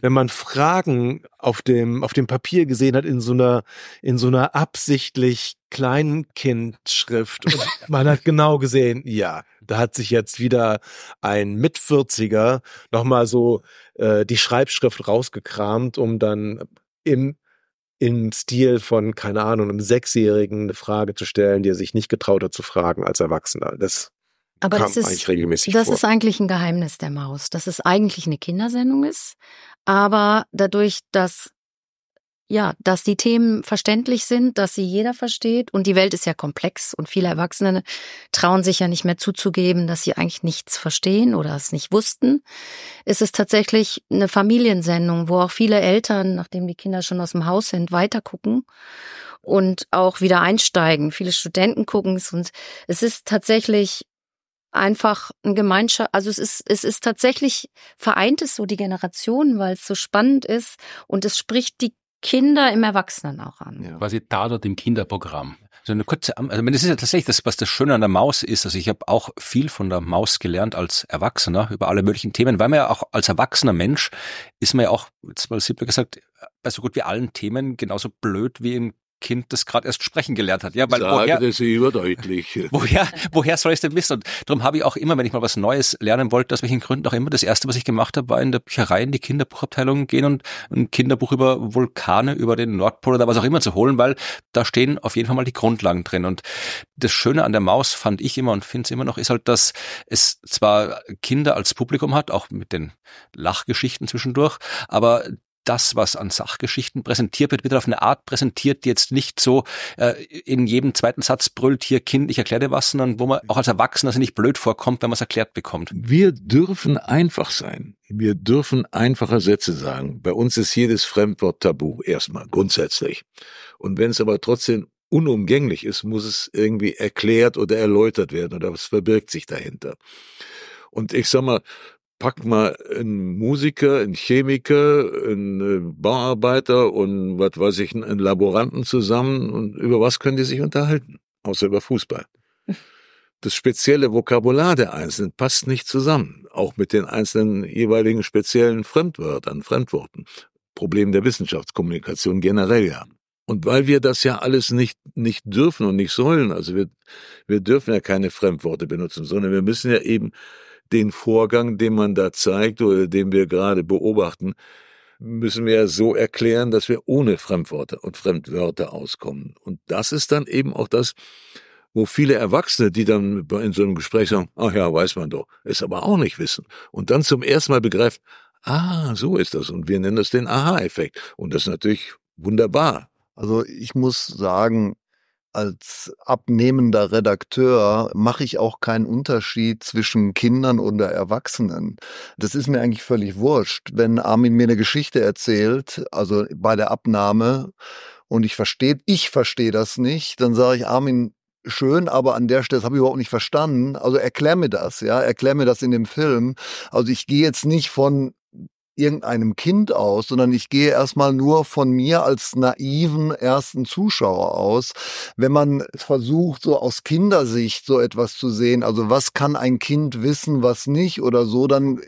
Fragen auf dem Papier gesehen hat in so einer absichtlich Kleinkindschrift und man hat genau gesehen, ja, da hat sich jetzt wieder ein Mit-40er nochmal so die Schreibschrift rausgekramt, um dann im Stil von, keine Ahnung, einem 6-Jährigen eine Frage zu stellen, die er sich nicht getraut hat zu fragen als Erwachsener. Aber das ist eigentlich ein Geheimnis der Maus, dass es eigentlich eine Kindersendung ist, aber dadurch, dass die Themen verständlich sind, dass sie jeder versteht und die Welt ist ja komplex und viele Erwachsene trauen sich ja nicht mehr zuzugeben, dass sie eigentlich nichts verstehen oder es nicht wussten, ist es tatsächlich eine Familiensendung, wo auch viele Eltern, nachdem die Kinder schon aus dem Haus sind, weitergucken und auch wieder einsteigen. Viele Studenten gucken es und es ist tatsächlich einfach ein Gemeinschaft, also es ist tatsächlich, vereint es so die Generationen, weil es so spannend ist und es spricht die Kinder im Erwachsenen auch an. Ja. Quasi Tatort im Kinderprogramm. So eine kurze, also das ist ja tatsächlich das, was das Schöne an der Maus ist. Also ich habe auch viel von der Maus gelernt als Erwachsener über alle möglichen Themen, weil man ja auch als erwachsener Mensch ist man ja auch, jetzt mal simpel gesagt, bei so gut wie allen Themen genauso blöd wie ein Kind, das gerade erst sprechen gelernt hat. Ja, weil das überdeutlich. Woher soll ich es denn wissen? Und darum habe ich auch immer, wenn ich mal was Neues lernen wollte, aus welchen Gründen auch immer, das Erste, was ich gemacht habe, war in der Bücherei in die Kinderbuchabteilung gehen und ein Kinderbuch über Vulkane, über den Nordpol oder was auch immer zu holen, weil da stehen auf jeden Fall mal die Grundlagen drin. Und das Schöne an der Maus fand ich immer und finde es immer noch, ist halt, dass es zwar Kinder als Publikum hat, auch mit den Lachgeschichten zwischendurch, aber das, was an Sachgeschichten präsentiert wird auf eine Art präsentiert, die jetzt nicht so in jedem zweiten Satz brüllt, hier Kind, ich erkläre dir was, sondern wo man auch als Erwachsener sich nicht blöd vorkommt, wenn man es erklärt bekommt. Wir dürfen einfach sein. Wir dürfen einfache Sätze sagen. Bei uns ist jedes Fremdwort tabu, erstmal, grundsätzlich. Und wenn es aber trotzdem unumgänglich ist, muss es irgendwie erklärt oder erläutert werden oder was verbirgt sich dahinter. Und ich sag mal, pack mal einen Musiker, einen Chemiker, einen Bauarbeiter und was weiß ich, einen Laboranten zusammen und über was können die sich unterhalten? Außer über Fußball. Das spezielle Vokabular der Einzelnen passt nicht zusammen, auch mit den einzelnen jeweiligen speziellen Fremdworten. Problem der Wissenschaftskommunikation generell ja. Und weil wir das ja alles nicht dürfen und nicht sollen, also wir dürfen ja keine Fremdworte benutzen, sondern wir müssen ja eben den Vorgang, den man da zeigt oder den wir gerade beobachten, müssen wir so erklären, dass wir ohne Fremdworte und Fremdwörter auskommen. Und das ist dann eben auch das, wo viele Erwachsene, die dann in so einem Gespräch sagen, ach ja, weiß man doch, es aber auch nicht wissen. Und dann zum ersten Mal begreifen, so ist das. Und wir nennen das den Aha-Effekt. Und das ist natürlich wunderbar. Also ich muss sagen, als abnehmender Redakteur mache ich auch keinen Unterschied zwischen Kindern oder Erwachsenen. Das ist mir eigentlich völlig wurscht. Wenn Armin mir eine Geschichte erzählt, also bei der Abnahme, und ich verstehe das nicht, dann sage ich, Armin, schön, aber an der Stelle, das habe ich überhaupt nicht verstanden. Also erklär mir das in dem Film. Also ich gehe jetzt nicht von irgendeinem Kind aus, sondern ich gehe erstmal nur von mir als naiven ersten Zuschauer aus. Wenn man versucht, so aus Kindersicht so etwas zu sehen, also was kann ein Kind wissen, was nicht oder so, dann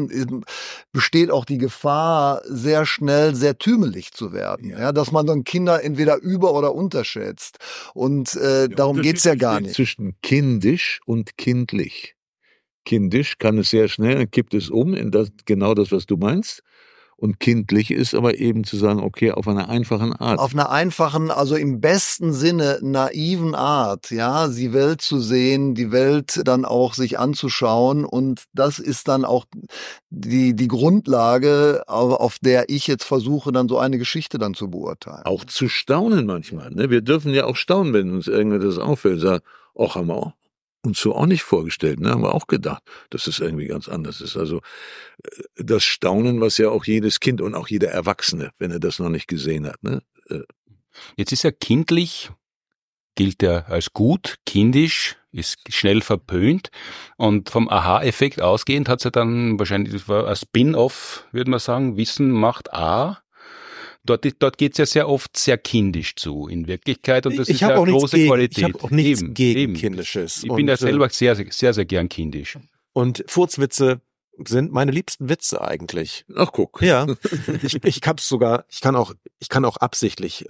besteht auch die Gefahr, sehr schnell sehr tümelig zu werden. Ja, dass man dann Kinder entweder über- oder unterschätzt. Und darum geht's ja gar nicht. Zwischen kindisch und kindlich. Kindisch kann es sehr schnell, dann kippt es um in genau das, was du meinst. Und kindlich ist aber eben zu sagen, okay, auf einer einfachen Art. Auf einer einfachen, also im besten Sinne naiven Art, ja, die Welt zu sehen, die Welt dann auch sich anzuschauen. Und das ist dann auch die Grundlage, auf der ich jetzt versuche, dann so eine Geschichte dann zu beurteilen. Auch zu staunen manchmal. Ne? Wir dürfen ja auch staunen, wenn uns irgendetwas auffällt. Sagen, ach, haben wir auch uns so auch nicht vorgestellt, ne? Haben wir auch gedacht, dass es irgendwie ganz anders ist. Also das Staunen, was ja auch jedes Kind und auch jeder Erwachsene, wenn er das noch nicht gesehen hat. Ne? Jetzt ist ja kindlich, gilt ja als gut, kindisch, ist schnell verpönt und vom Aha-Effekt ausgehend hat es ja dann wahrscheinlich, das war ein Spin-off, würde man sagen, Wissen macht A. Dort geht's ja sehr oft sehr kindisch zu, in Wirklichkeit, und das ist ja eine große Qualität. Ich habe auch nichts gegen Kindisches. Ich bin ja selber sehr, sehr, sehr gern kindisch. Und Furzwitze sind meine liebsten Witze eigentlich. Ach, guck. Ja, ich hab's sogar, ich kann auch absichtlich,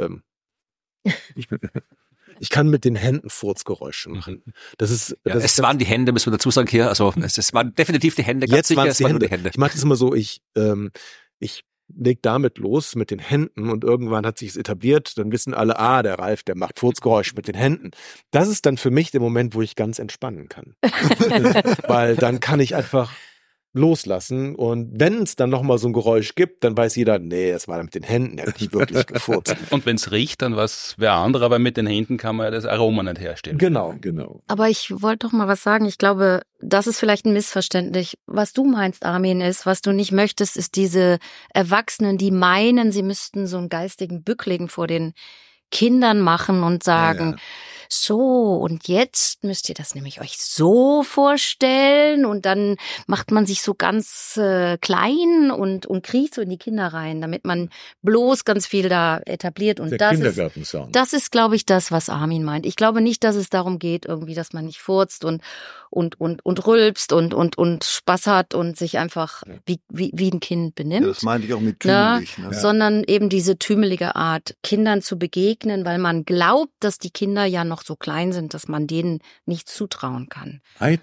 ich kann mit den Händen Furzgeräusche machen. Es waren die Hände, müssen wir dazu sagen hier, also es waren definitiv die Hände, ganz sicher, es waren die Hände. Ich mache das immer so, ich leg damit los mit den Händen und irgendwann hat sich es etabliert, dann wissen alle, der Ralf, der macht Furzgeräusche mit den Händen. Das ist dann für mich der Moment, wo ich ganz entspannen kann. Weil dann kann ich einfach loslassen und wenn es dann nochmal so ein Geräusch gibt, dann weiß jeder, nee, das war mit den Händen, der hat nicht wirklich gefurzt. Und wenn es riecht, dann wer anderer, weil mit den Händen kann man ja das Aroma nicht herstellen. Genau. Aber ich wollte doch mal was sagen. Ich glaube, das ist vielleicht ein Missverständnis. Was du meinst, Armin, ist, was du nicht möchtest, ist diese Erwachsenen, die meinen, sie müssten so einen geistigen Bückling vor den Kindern machen und sagen, so, und jetzt müsst ihr das nämlich euch so vorstellen und dann macht man sich so ganz klein und kriecht so in die Kinder rein, damit man bloß ganz viel da etabliert. Und das ist, glaube ich, das, was Armin meint. Ich glaube nicht, dass es darum geht, irgendwie, dass man nicht furzt und rülpst und Spaß hat und sich einfach wie ein Kind benimmt. Ja, das meinte ich auch mit tümelig. Ne? Sondern eben diese tümelige Art, Kindern zu begegnen, weil man glaubt, dass die Kinder ja noch so klein sind, dass man denen nichts zutrauen kann.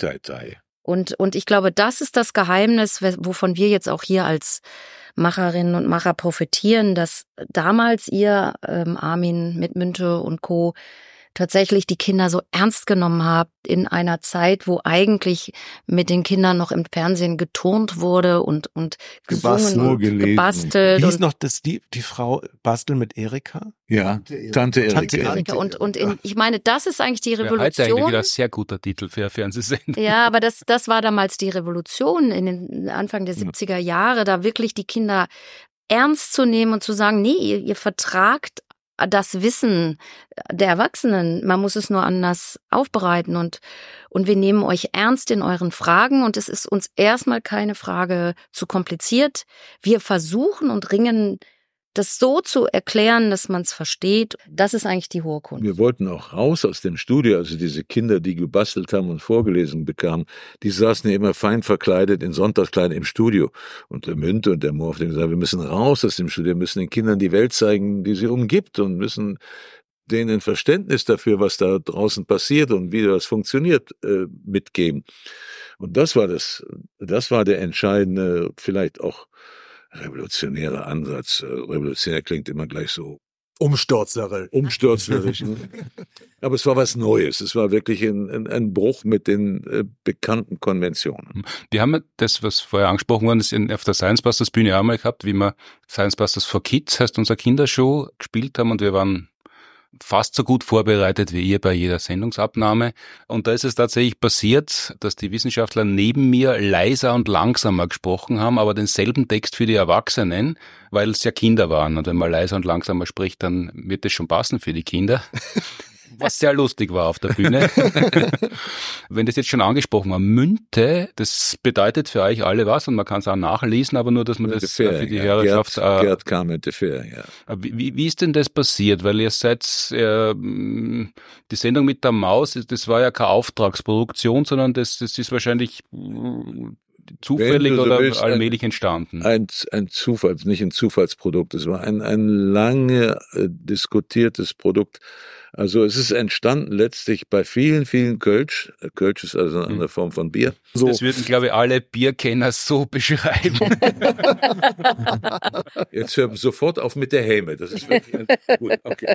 Und ich glaube, das ist das Geheimnis, wovon wir jetzt auch hier als Macherinnen und Macher profitieren, dass damals ihr, Armin mit Münte und Co., tatsächlich die Kinder so ernst genommen habt in einer Zeit, wo eigentlich mit den Kindern noch im Fernsehen geturnt wurde und gesungen und gebastelt. Wie hieß noch die Frau Basteln mit Erika? Ja, Tante Erika. Und ich meine, das ist eigentlich die Revolution. Heute eigentlich wieder ein sehr guter Titel für eine Fernsehsendung. Ja, aber das war damals die Revolution in den Anfang der 70er Jahre, da wirklich die Kinder ernst zu nehmen und zu sagen, nee, ihr vertragt das Wissen der Erwachsenen. Man muss es nur anders aufbereiten und wir nehmen euch ernst in euren Fragen und es ist uns erstmal keine Frage zu kompliziert. Wir versuchen und ringen, das so zu erklären, dass man es versteht. Das ist eigentlich die hohe Kunst. Wir wollten auch raus aus dem Studio, also diese Kinder, die gebastelt haben und vorgelesen bekamen, die saßen ja immer fein verkleidet in Sonntagskleidern im Studio. Und der Münte und der Morf haben gesagt, wir müssen raus aus dem Studio, wir müssen den Kindern die Welt zeigen, die sie umgibt und müssen denen ein Verständnis dafür, was da draußen passiert und wie das funktioniert, mitgeben. Und das war der entscheidende, vielleicht auch revolutionärer Ansatz. Revolutionär klingt immer gleich so umstürzlerisch. Ne? Aber es war was Neues. Es war wirklich ein Bruch mit den bekannten Konventionen. Wir haben das, was vorher angesprochen worden ist, auf der Science Busters Bühne auch mal gehabt, wie wir Science Busters for Kids, heißt unsere Kindershow, gespielt haben und wir waren fast so gut vorbereitet wie ihr bei jeder Sendungsabnahme. Und da ist es tatsächlich passiert, dass die Wissenschaftler neben mir leiser und langsamer gesprochen haben, aber denselben Text für die Erwachsenen, weil es ja Kinder waren. Und wenn man leiser und langsamer spricht, dann wird es schon passen für die Kinder. Was sehr lustig war auf der Bühne. Wenn das jetzt schon angesprochen war, Münte, das bedeutet für euch alle was und man kann es auch nachlesen, aber nur, dass man das für die Hörerschaft... Gerd Kamet de Fer, ja. Wie ist denn das passiert? Weil ihr seid, die Sendung mit der Maus, das war ja keine Auftragsproduktion, sondern das ist wahrscheinlich zufällig oder allmählich entstanden? Ein Zufall, nicht ein Zufallsprodukt. Es war ein lange diskutiertes Produkt. Also es ist entstanden letztlich bei vielen, vielen Kölsch. Kölsch ist also eine Form von Bier. So. Das würden, glaube ich, alle Bierkenner so beschreiben. Jetzt hör sofort auf mit der Häme. Das ist wirklich gut. Okay.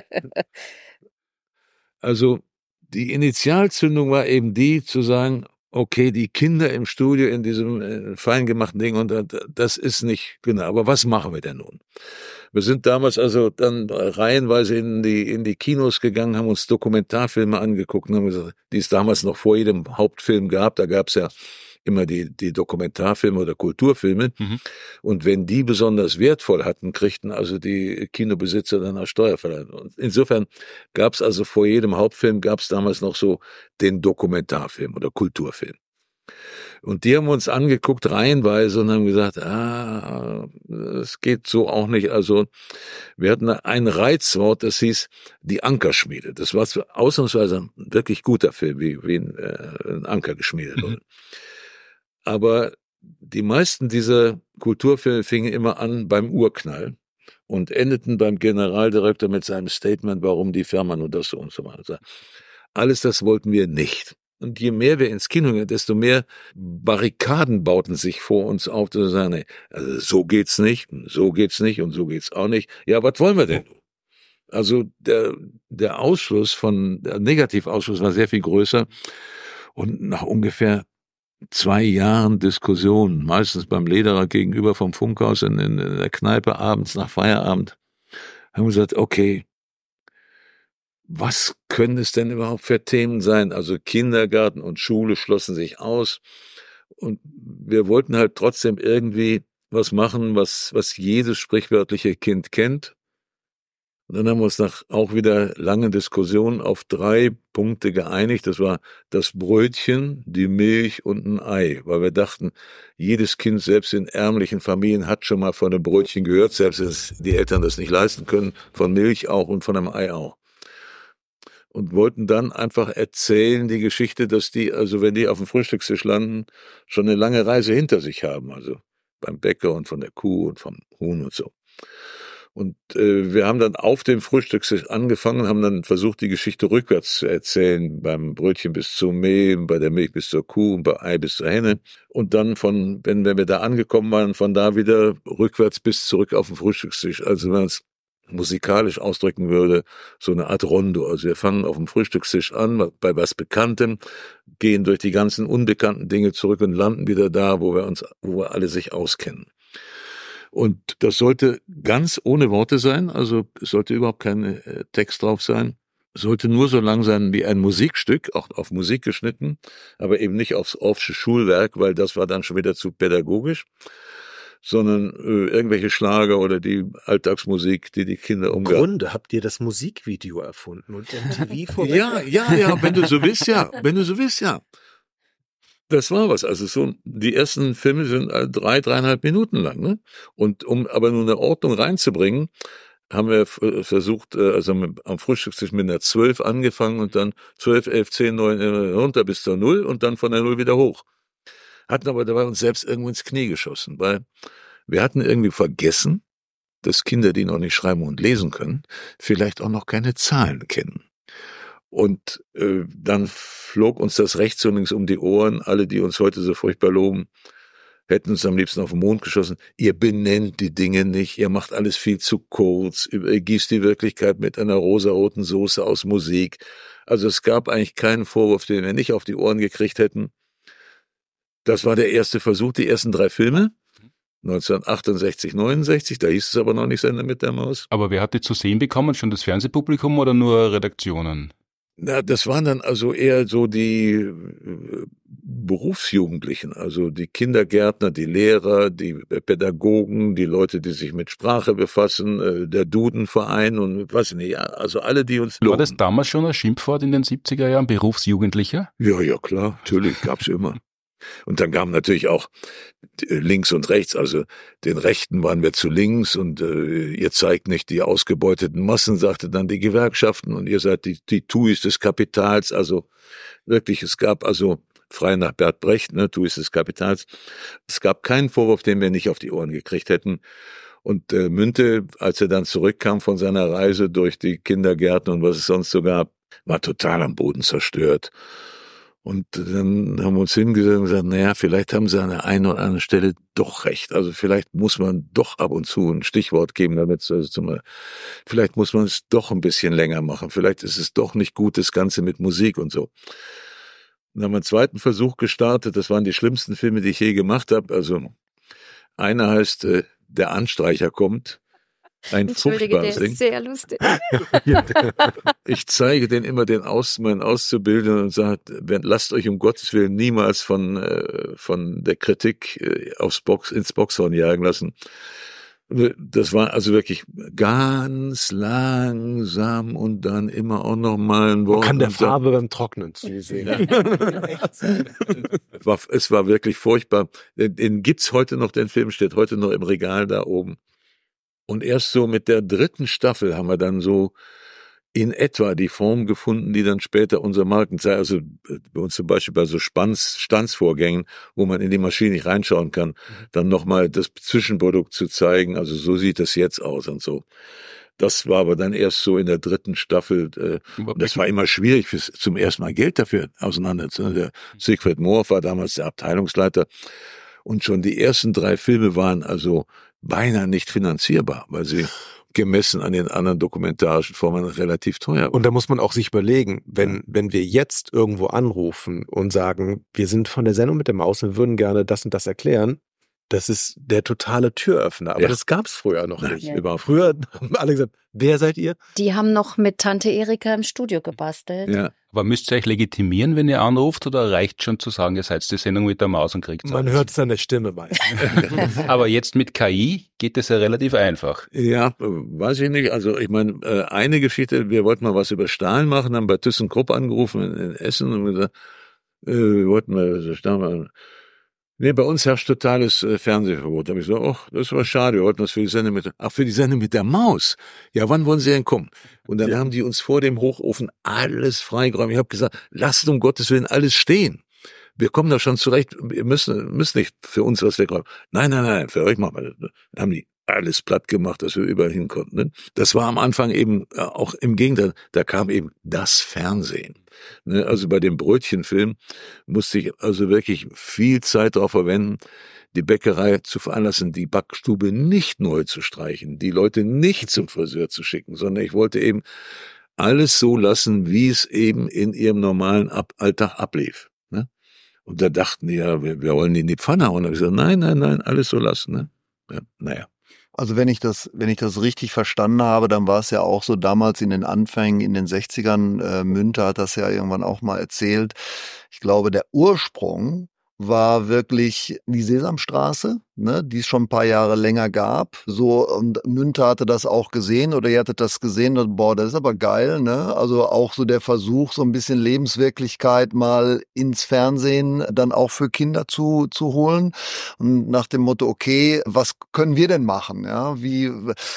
Also die Initialzündung war eben die, zu sagen, okay, die Kinder im Studio in diesem fein gemachten Ding und das ist nicht genau. Aber was machen wir denn nun? Wir sind damals also dann reihenweise in die Kinos gegangen, haben uns Dokumentarfilme angeguckt und haben gesagt, die es damals noch vor jedem Hauptfilm gab. Da gab es ja immer die Dokumentarfilme oder Kulturfilme. Mhm. Und wenn die besonders wertvoll hatten, kriegten also die Kinobesitzer dann auch Steuerverleih. Und insofern gab es also vor jedem Hauptfilm gab es damals noch so den Dokumentarfilm oder Kulturfilm. Und die haben uns angeguckt reihenweise und haben gesagt, das geht so auch nicht. Also wir hatten ein Reizwort, das hieß die Ankerschmiede. Das war ausnahmsweise ein wirklich guter Film, wie ein Anker geschmiedet wurde. Aber die meisten dieser Kulturfilme fingen immer an beim Urknall und endeten beim Generaldirektor mit seinem Statement, warum die Firma nur das so und so weiter. Alles das wollten wir nicht. Und je mehr wir ins Kino gehen, desto mehr Barrikaden bauten sich vor uns auf, zu sagen, nee, also so geht's nicht, so geht's nicht und so geht's auch nicht. Ja, was wollen wir denn? Also der Ausschluss der Negativausschluss war sehr viel größer und nach ungefähr 2 Jahren Diskussion, meistens beim Lederer gegenüber vom Funkhaus in der Kneipe abends nach Feierabend, haben wir gesagt, okay, was können es denn überhaupt für Themen sein? Also Kindergarten und Schule schlossen sich aus und wir wollten halt trotzdem irgendwie was machen, was jedes sprichwörtliche Kind kennt. Und dann haben wir uns nach auch wieder langen Diskussionen auf 3 Punkte geeinigt. Das war das Brötchen, die Milch und ein Ei. Weil wir dachten, jedes Kind, selbst in ärmlichen Familien, hat schon mal von einem Brötchen gehört, selbst wenn die Eltern das nicht leisten können, von Milch auch und von einem Ei auch. Und wollten dann einfach erzählen, die Geschichte, dass die, also wenn die auf dem Frühstückstisch landen, schon eine lange Reise hinter sich haben. Also beim Bäcker und von der Kuh und vom Huhn und so. Und wir haben dann auf dem Frühstückstisch angefangen, haben dann versucht, die Geschichte rückwärts zu erzählen, beim Brötchen bis zum Mehl, bei der Milch bis zur Kuh und bei Ei bis zur Henne. Und dann wenn wir da angekommen waren, von da wieder rückwärts bis zurück auf den Frühstückstisch. Also wenn man es musikalisch ausdrücken würde, so eine Art Rondo. Also wir fangen auf dem Frühstückstisch an, bei was Bekanntem, gehen durch die ganzen unbekannten Dinge zurück und landen wieder da, wo wir alle sich auskennen. Und das sollte ganz ohne Worte sein, also es sollte überhaupt kein Text drauf sein. Es sollte nur so lang sein wie ein Musikstück, auch auf Musik geschnitten, aber eben nicht aufs Orffsche Schulwerk, weil das war dann schon wieder zu pädagogisch, sondern irgendwelche Schlager oder die Alltagsmusik, die die Kinder umgaben. Im Grunde habt ihr das Musikvideo erfunden und MTV vorweg. Ja, wenn du so willst, ja. Das war was. Also die ersten Filme sind 3,5 Minuten lang, ne? Und um aber nur eine Ordnung reinzubringen, haben wir versucht, also am Frühstückstisch mit einer 12 angefangen und dann 12, 11, 10, 9 runter bis zur 0 und dann von der 0 wieder hoch. Hatten aber dabei uns selbst irgendwo ins Knie geschossen, weil wir hatten irgendwie vergessen, dass Kinder, die noch nicht schreiben und lesen können, vielleicht auch noch keine Zahlen kennen. Und dann flog uns das rechts und links um die Ohren. Alle, die uns heute so furchtbar loben, hätten uns am liebsten auf den Mond geschossen. Ihr benennt die Dinge nicht, ihr macht alles viel zu kurz, ihr gießt die Wirklichkeit mit einer rosaroten Soße aus Musik. Also es gab eigentlich keinen Vorwurf, den wir nicht auf die Ohren gekriegt hätten. Das war der erste Versuch, die ersten 3 Filme. 1968, 69, da hieß es aber noch nicht Sender mit der Maus. Aber wer hat die zu sehen bekommen? Schon das Fernsehpublikum oder nur Redaktionen? Na, das waren dann also eher so die Berufsjugendlichen, also die Kindergärtner, die Lehrer, die Pädagogen, die Leute, die sich mit Sprache befassen, der Dudenverein und was nicht, ja, also alle, die uns loben. War das damals schon ein Schimpfwort in den 70er Jahren, Berufsjugendlicher? Ja, klar, natürlich, gab's immer. Und dann kamen natürlich auch links und rechts, also den Rechten waren wir zu links und ihr zeigt nicht die ausgebeuteten Massen, sagte dann die Gewerkschaften und ihr seid die Tuis des Kapitals, also wirklich, es gab also, frei nach Bert Brecht, ne, Tuis des Kapitals, es gab keinen Vorwurf, den wir nicht auf die Ohren gekriegt hätten. Und Münte, als er dann zurückkam von seiner Reise durch die Kindergärten und was es sonst so gab, war total am Boden zerstört. Und dann haben wir uns hingesetzt und gesagt, naja, vielleicht haben sie an der einen oder anderen Stelle doch recht. Also vielleicht muss man doch ab und zu ein Stichwort geben, vielleicht muss man es doch ein bisschen länger machen. Vielleicht ist es doch nicht gut, das Ganze mit Musik und so. Dann haben wir einen zweiten Versuch gestartet. Das waren die schlimmsten Filme, die ich je gemacht habe. Also einer heißt Der Anstreicher kommt. Ein furchtbares Ding. Ist sehr lustig. Ich zeige den immer meinen Auszubildenden und sage, lasst euch um Gottes Willen niemals von der Kritik ins Boxhorn jagen lassen. Das war also wirklich ganz langsam und dann immer auch noch mal ein Wort. Man kann der Farbe beim Trocknen zusehen. Es war wirklich furchtbar. Den gibt's heute noch, den Film steht heute noch im Regal da oben. Und erst so mit der 3. Staffel haben wir dann so in etwa die Form gefunden, die dann später unser Markenzeichen, also bei uns zum Beispiel bei so Stanzvorgängen, wo man in die Maschine nicht reinschauen kann, dann nochmal das Zwischenprodukt zu zeigen, also so sieht es jetzt aus und so. Das war aber dann erst so in der 3. Staffel. Das war immer schwierig, zum ersten Mal Geld dafür auseinanderzunehmen. Der Siegfried Mohr war damals der Abteilungsleiter. Und schon die ersten 3 Filme waren also beinahe nicht finanzierbar, weil sie gemessen an den anderen dokumentarischen Formen relativ teuer waren. Und da muss man auch sich überlegen, wenn wir jetzt irgendwo anrufen und sagen, wir sind von der Sendung mit der Maus und würden gerne das und das erklären, Das ist der totale Türöffner. Aber das gab's früher noch nicht. Überhaupt. Früher haben alle gesagt, wer seid ihr? Die haben noch mit Tante Erika im Studio gebastelt. Ja. Aber müsst ihr euch legitimieren, wenn ihr anruft, oder reicht schon zu sagen, ihr seid die Sendung mit der Maus und kriegt Man hört es an der Stimme meistens. Aber jetzt mit KI geht es ja relativ einfach. Ja, weiß ich nicht. Also ich meine, eine Geschichte, wir wollten mal was über Stahl machen, haben bei ThyssenKrupp angerufen in Essen und gesagt, wir wollten mal Stahl machen. Nee, bei uns herrscht totales Fernsehverbot. Da habe ich gesagt, ach, das war schade, wir wollten das für die Sendung für die Sendung mit der Maus. Ja, wann wollen Sie denn kommen? Und dann haben die uns vor dem Hochofen alles freigeräumt. Ich habe gesagt, lasst um Gottes Willen alles stehen. Wir kommen da schon zurecht, ihr müsst nicht für uns was wegräumen. Nein, für euch machen wir das. Dann haben die alles platt gemacht, dass wir überall hin konnten. Ne? Das war am Anfang eben auch im Gegenteil, da kam eben das Fernsehen. Ne? Also bei dem Brötchenfilm musste ich also wirklich viel Zeit darauf verwenden, die Bäckerei zu veranlassen, die Backstube nicht neu zu streichen, die Leute nicht zum Friseur zu schicken, sondern ich wollte eben alles so lassen, wie es eben in ihrem normalen Alltag ablief. Ne? Und da dachten die, ja, wir wollen die in die Pfanne hauen. Und ich gesagt, nein, alles so lassen. Ne? Ja, naja. Also wenn ich das richtig verstanden habe, dann war es ja auch so damals in den Anfängen, in den 60ern, Münter hat das ja irgendwann auch mal erzählt. Ich glaube, der Ursprung war wirklich die Sesamstraße, ne, die es schon ein paar Jahre länger gab. So, und Münter hatte das auch gesehen, oder ihr hattet das gesehen, und, boah, das ist aber geil, ne? Also auch so der Versuch, so ein bisschen Lebenswirklichkeit mal ins Fernsehen dann auch für Kinder zu holen. Und nach dem Motto, okay, was können wir denn machen? Ja, wie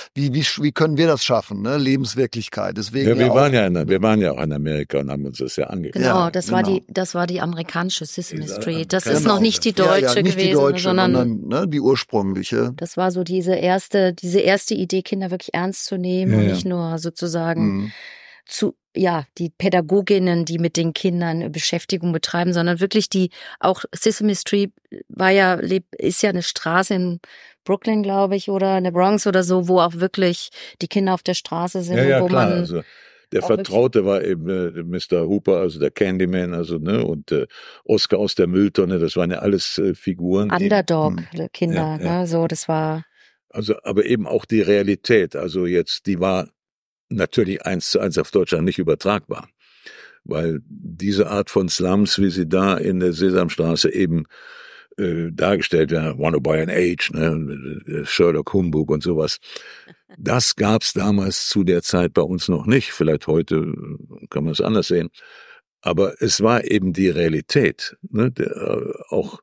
können wir das schaffen, ne? Lebenswirklichkeit. Deswegen ja, wir waren ja auch in Amerika und haben uns das ja angeguckt. Genau, Ja, das war die amerikanische Sesame Street. Das ist Genau. noch nicht die deutsche nicht gewesen, die deutsche, sondern ne, die ursprüngliche. das war so diese erste Idee, Kinder wirklich ernst zu nehmen und nicht nur sozusagen die Pädagoginnen, die mit den Kindern Beschäftigung betreiben, sondern wirklich auch Sesame Street ist ja eine Straße in Brooklyn, glaube ich, oder in der Bronx oder so, wo auch wirklich die Kinder auf der Straße sind, Ja, wo klar, man also der Vertraute war eben Mr. Hooper, also der Candyman, also ne, und Oscar aus der Mülltonne, das waren ja alles Figuren. Underdog-Kinder, ja. ne, so, das war. Also, aber eben auch die Realität, also jetzt, die war natürlich 1:1 auf Deutschland nicht übertragbar, weil diese Art von Slums, wie sie da in der Sesamstraße eben dargestellt werden, Wanna Buy an Age, ne, Sherlock Humbug und sowas. Das gab's damals zu der Zeit bei uns noch nicht. Vielleicht heute kann man es anders sehen. Aber es war eben die Realität, ne, auch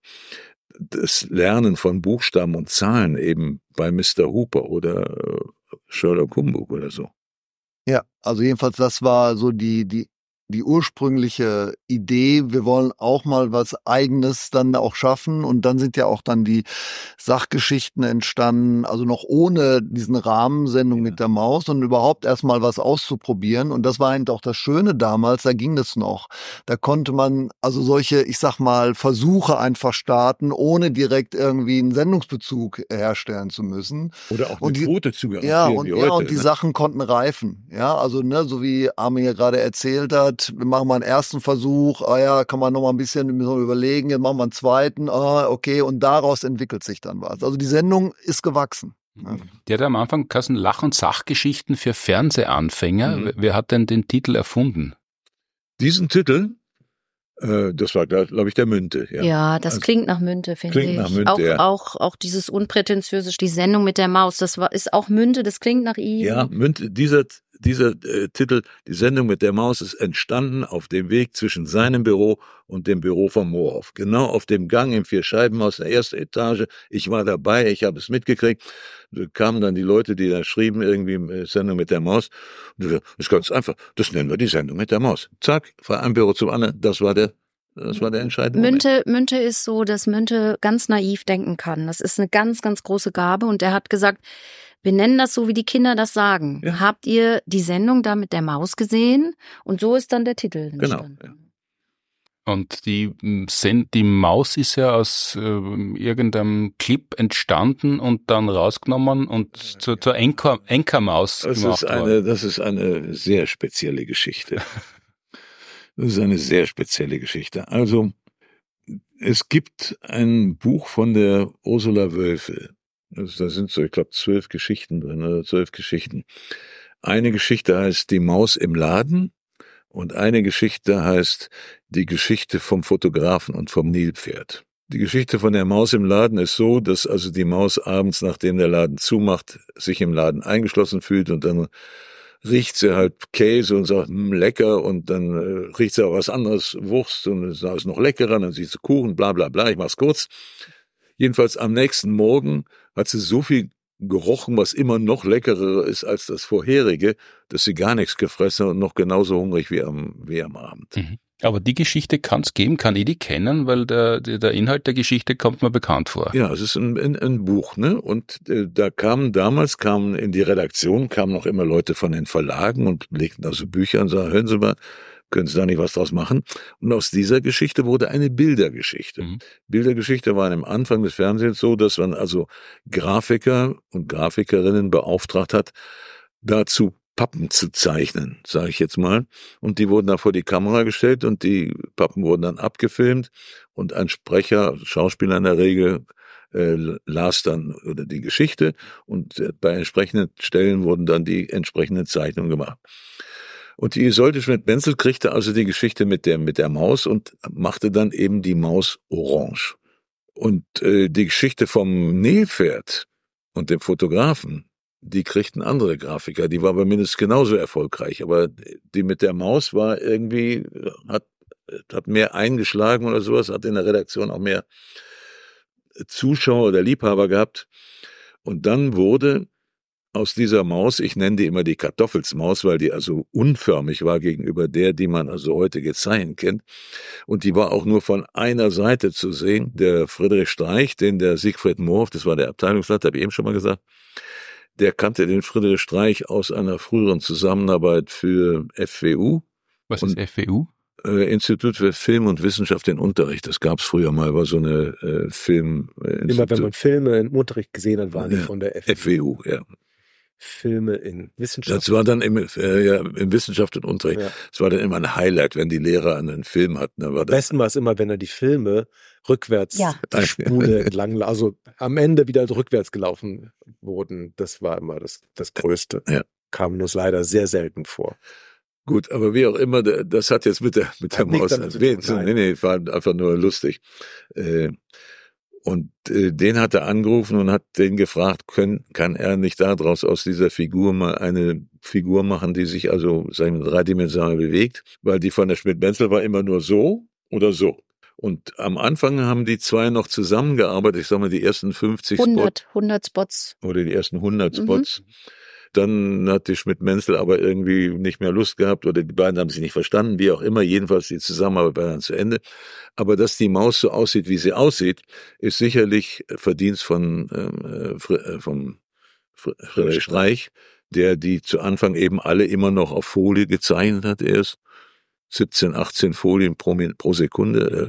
das Lernen von Buchstaben und Zahlen eben bei Mr. Hooper oder Sherlock Humbug oder so. Ja, also jedenfalls das war so die ursprüngliche Idee, wir wollen auch mal was Eigenes dann auch schaffen, und dann sind ja auch dann die Sachgeschichten entstanden, also noch ohne diesen Rahmensendung mit der Maus, und überhaupt erstmal was auszuprobieren, und das war eben auch das Schöne damals, da ging das noch. Da konnte man also solche, ich sag mal, Versuche einfach starten, ohne direkt irgendwie einen Sendungsbezug herstellen zu müssen. Oder auch und eine Quote zu garantieren. Und die Sachen konnten reifen. Ja, also ne, so wie Armin ja gerade erzählt hat, wir machen mal einen ersten Versuch, kann man noch mal ein bisschen überlegen, jetzt machen wir einen zweiten, okay, und daraus entwickelt sich dann was. Also die Sendung ist gewachsen. Ja. Die hat am Anfang geheißen Lach- und Sachgeschichten für Fernsehanfänger. Wer hat denn den Titel erfunden? Diesen Titel, das war, glaube ich, der Münte. Ja, das klingt nach Münte, finde ich. Klingt nach Münte, auch dieses unprätentiöse, die Sendung mit der Maus, ist auch Münte, das klingt nach ihm. Ja, Münte, dieser Titel, die Sendung mit der Maus, ist entstanden auf dem Weg zwischen seinem Büro und dem Büro von Moorhoff. Genau auf dem Gang im Vierscheibenhaus, der ersten Etage. Ich war dabei, ich habe es mitgekriegt. Da kamen dann die Leute, die da schrieben, irgendwie Sendung mit der Maus. Und das ist ganz einfach, das nennen wir die Sendung mit der Maus. Zack, von einem Büro zum anderen, das war der entscheidende Moment. Münte ist so, dass Münte ganz naiv denken kann. Das ist eine ganz, ganz große Gabe, und er hat gesagt, wir nennen das so, wie die Kinder das sagen. Ja. Habt ihr die Sendung da mit der Maus gesehen? Und so ist dann der Titel entstanden. Genau. Ja. Und die Maus ist ja aus irgendeinem Clip entstanden und dann rausgenommen und zur Enkermaus gemacht worden. Das ist eine sehr spezielle Geschichte. Das ist eine sehr spezielle Geschichte. Also, Es gibt ein Buch von der Ursula Wölfel. Da sind so, ich glaube, 12 Geschichten drin, oder 12 Geschichten. Eine Geschichte heißt Die Maus im Laden und eine Geschichte heißt Die Geschichte vom Fotografen und vom Nilpferd. Die Geschichte von der Maus im Laden ist so, dass also die Maus abends, nachdem der Laden zumacht, sich im Laden eingeschlossen fühlt und dann riecht sie halt Käse und sagt, lecker, und dann riecht sie auch was anderes, Wurst, und es ist noch leckerer, dann sieht sie Kuchen, bla bla bla, ich mach's kurz. Jedenfalls am nächsten Morgen hat sie so viel gerochen, was immer noch leckerer ist als das vorherige, dass sie gar nichts gefressen hat und noch genauso hungrig wie am Abend. Mhm. Aber die Geschichte kann es geben, kann ich die kennen, weil der Inhalt der Geschichte kommt mir bekannt vor. Ja, es ist ein Buch, ne? Und damals kamen in die Redaktion noch immer Leute von den Verlagen und legten da so Bücher und sagen, hören Sie mal, können Sie da nicht was draus machen? Und aus dieser Geschichte wurde eine Bildergeschichte. Mhm. Bildergeschichte war am Anfang des Fernsehens so, dass man also Grafiker und Grafikerinnen beauftragt hat, dazu Pappen zu zeichnen, sage ich jetzt mal. Und die wurden da vor die Kamera gestellt und die Pappen wurden dann abgefilmt und ein Sprecher, Schauspieler in der Regel, las dann oder die Geschichte und bei entsprechenden Stellen wurden dann die entsprechenden Zeichnungen gemacht. Und die Isolde Schmidt-Menzel kriegte also die Geschichte mit der Maus und machte dann eben die Maus orange. Und die Geschichte vom Nilpferd und dem Fotografen, die kriegten andere Grafiker, die war aber mindestens genauso erfolgreich, aber die mit der Maus war irgendwie, hat mehr eingeschlagen oder sowas, hat in der Redaktion auch mehr Zuschauer oder Liebhaber gehabt. Und dann wurde aus dieser Maus, ich nenne die immer die Kartoffelsmaus, weil die also unförmig war gegenüber der, die man also heute Gezeichen kennt. Und die war auch nur von einer Seite zu sehen. Der Friedrich Streich, der Siegfried Moorhoff, das war der Abteilungsleiter, habe ich eben schon mal gesagt, der kannte den Friedrich Streich aus einer früheren Zusammenarbeit für FWU. Was ist FWU? Institut für Film und Wissenschaft in Unterricht. Das gab's früher mal, war so eine Film. Immer wenn man Filme im Unterricht gesehen hat, waren die von der FWU, ja. Filme in Wissenschaft. Das war dann im Wissenschaft und Unterricht. Ja. Das war dann immer ein Highlight, wenn die Lehrer einen Film hatten. Am besten war es immer, wenn er die Filme rückwärts die Spule entlang, also am Ende wieder rückwärts gelaufen wurden. Das war immer das Größte. Ja. Kam uns leider sehr selten vor. Gut, aber wie auch immer, das hat jetzt mit der Maus. Nee, war einfach nur lustig. Und den hat er angerufen und hat den gefragt, kann er nicht daraus aus dieser Figur mal eine Figur machen, die sich also dreidimensional bewegt, weil die von der Schmidt-Menzel war immer nur so oder so. Und am Anfang haben die zwei noch zusammengearbeitet, ich sag mal die ersten 50 100 Spots. Oder die ersten 100 Spots. Dann hat die Schmidt-Menzel aber irgendwie nicht mehr Lust gehabt oder die beiden haben sich nicht verstanden, wie auch immer. Jedenfalls die Zusammenarbeit war dann zu Ende. Aber dass die Maus so aussieht, wie sie aussieht, ist sicherlich Verdienst vom Friedrich Streich, der die zu Anfang eben alle immer noch auf Folie gezeichnet hat erst. 17, 18 Folien pro Sekunde.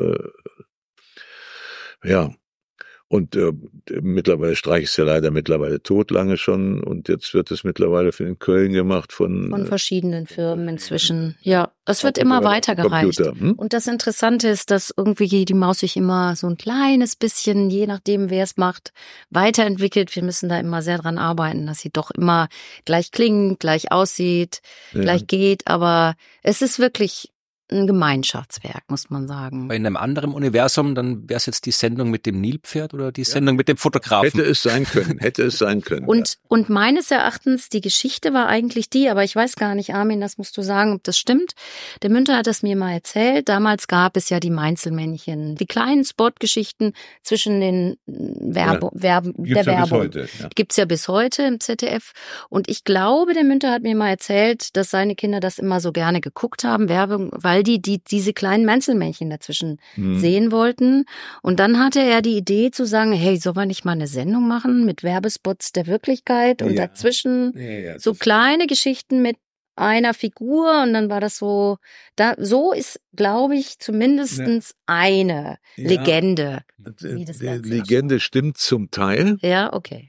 Ja. Und mittlerweile, Streich ist ja leider mittlerweile tot, lange schon. Und jetzt wird es mittlerweile in Köln gemacht von verschiedenen Firmen inzwischen. Ja, es wird immer weitergereicht. Und das Interessante ist, dass irgendwie die Maus sich immer so ein kleines bisschen, je nachdem wer es macht, weiterentwickelt. Wir müssen da immer sehr dran arbeiten, dass sie doch immer gleich klingt, gleich aussieht, gleich geht. Aber es ist wirklich ein Gemeinschaftswerk, muss man sagen. Bei einem anderen Universum, dann wäre es jetzt die Sendung mit dem Nilpferd oder die Sendung mit dem Fotografen? Hätte es sein können. Und meines Erachtens, die Geschichte war eigentlich die, aber ich weiß gar nicht, Armin, das musst du sagen, ob das stimmt. Der Münter hat es mir mal erzählt. Damals gab es ja die Mainzelmännchen, die kleinen Spotgeschichten zwischen den der Werbung. Gibt's ja bis heute im ZDF. Und ich glaube, der Münter hat mir mal erzählt, dass seine Kinder das immer so gerne geguckt haben, Werbung, weil die diese kleinen Mainzelmännchen dazwischen sehen wollten. Und dann hatte er die Idee zu sagen, hey, sollen wir nicht mal eine Sendung machen mit Werbespots der Wirklichkeit und dazwischen so kleine Geschichten mit einer Figur und dann war das so, so ist, glaube ich, zumindestens eine Legende. Die Legende stimmt zum Teil. Ja, okay.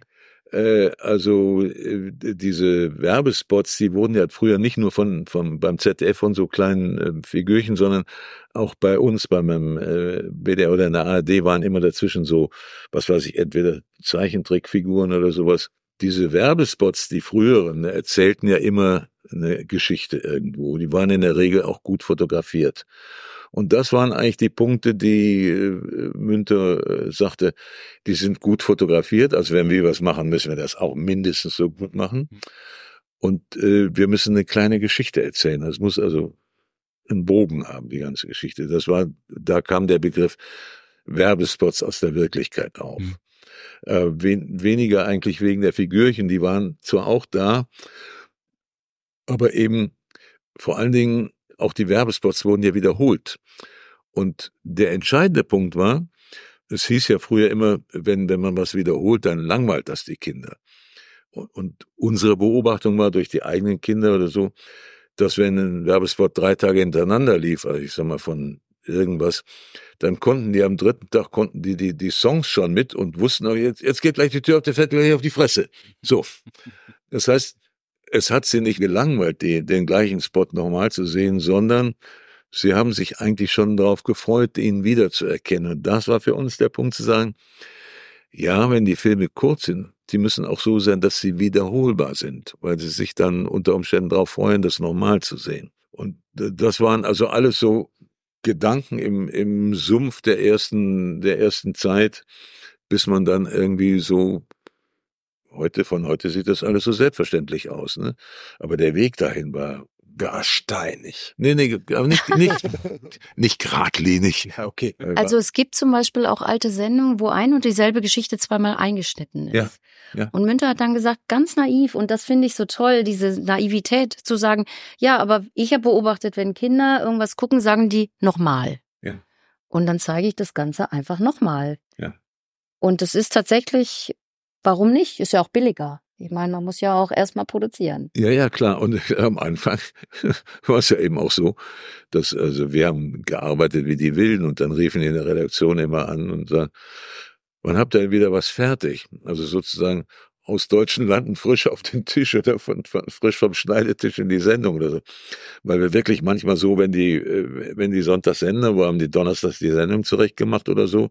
Diese Werbespots, die wurden ja früher nicht nur beim ZDF von so kleinen Figürchen, sondern auch bei uns, beim WDR oder in der ARD waren immer dazwischen so, was weiß ich, entweder Zeichentrickfiguren oder sowas. Diese Werbespots, die früheren, erzählten ja immer eine Geschichte irgendwo. Die waren in der Regel auch gut fotografiert. Und das waren eigentlich die Punkte, die Münter sagte, die sind gut fotografiert. Also wenn wir was machen, müssen wir das auch mindestens so gut machen. Und wir müssen eine kleine Geschichte erzählen. Das muss also einen Bogen haben, die ganze Geschichte. Da kam der Begriff Werbespots aus der Wirklichkeit auf. Weniger eigentlich wegen der Figürchen, die waren zwar auch da, aber eben vor allen Dingen auch die Werbespots wurden ja wiederholt. Und der entscheidende Punkt war, es hieß ja früher immer, wenn man was wiederholt, dann langweilt das die Kinder. Und unsere Beobachtung war durch die eigenen Kinder oder so, dass wenn ein Werbespot 3 Tage hintereinander lief, also ich sag mal von irgendwas, dann konnten die am 3. Tag die Songs schon mit und wussten auch, jetzt geht gleich die Tür auf, der fällt gleich auf die Fresse. So. Das heißt, es hat sie nicht gelangweilt, den gleichen Spot nochmal zu sehen, sondern sie haben sich eigentlich schon darauf gefreut, ihn wiederzuerkennen. Und das war für uns der Punkt zu sagen, ja, wenn die Filme kurz sind, die müssen auch so sein, dass sie wiederholbar sind, weil sie sich dann unter Umständen darauf freuen, das nochmal zu sehen. Und das waren also alles so Gedanken im Sumpf der ersten Zeit, bis man dann irgendwie so von heute sieht das alles so selbstverständlich aus, ne? Aber der Weg dahin war gar steinig. Nee, aber nicht geradlinig. Ja, okay. Also es gibt zum Beispiel auch alte Sendungen, wo ein und dieselbe Geschichte zweimal eingeschnitten ist. Ja. Und Münter hat dann gesagt, ganz naiv, und das finde ich so toll, diese Naivität zu sagen, ja, aber ich habe beobachtet, wenn Kinder irgendwas gucken, sagen die nochmal. Ja. Und dann zeige ich das Ganze einfach nochmal. Ja. Und es ist tatsächlich, warum nicht? Ist ja auch billiger. Ich meine, man muss ja auch erstmal produzieren. Ja, klar. Und am Anfang war es ja eben auch so, dass, also wir haben gearbeitet wie die Wilden und dann riefen die in der Redaktion immer an und sagten, wann habt ihr denn wieder was fertig? Also sozusagen aus deutschen Landen frisch auf den Tisch oder frisch vom Schneidetisch in die Sendung oder so. Weil wir wirklich manchmal so, wenn die sonntags senden, wo haben die donnerstags die Sendung zurechtgemacht oder so,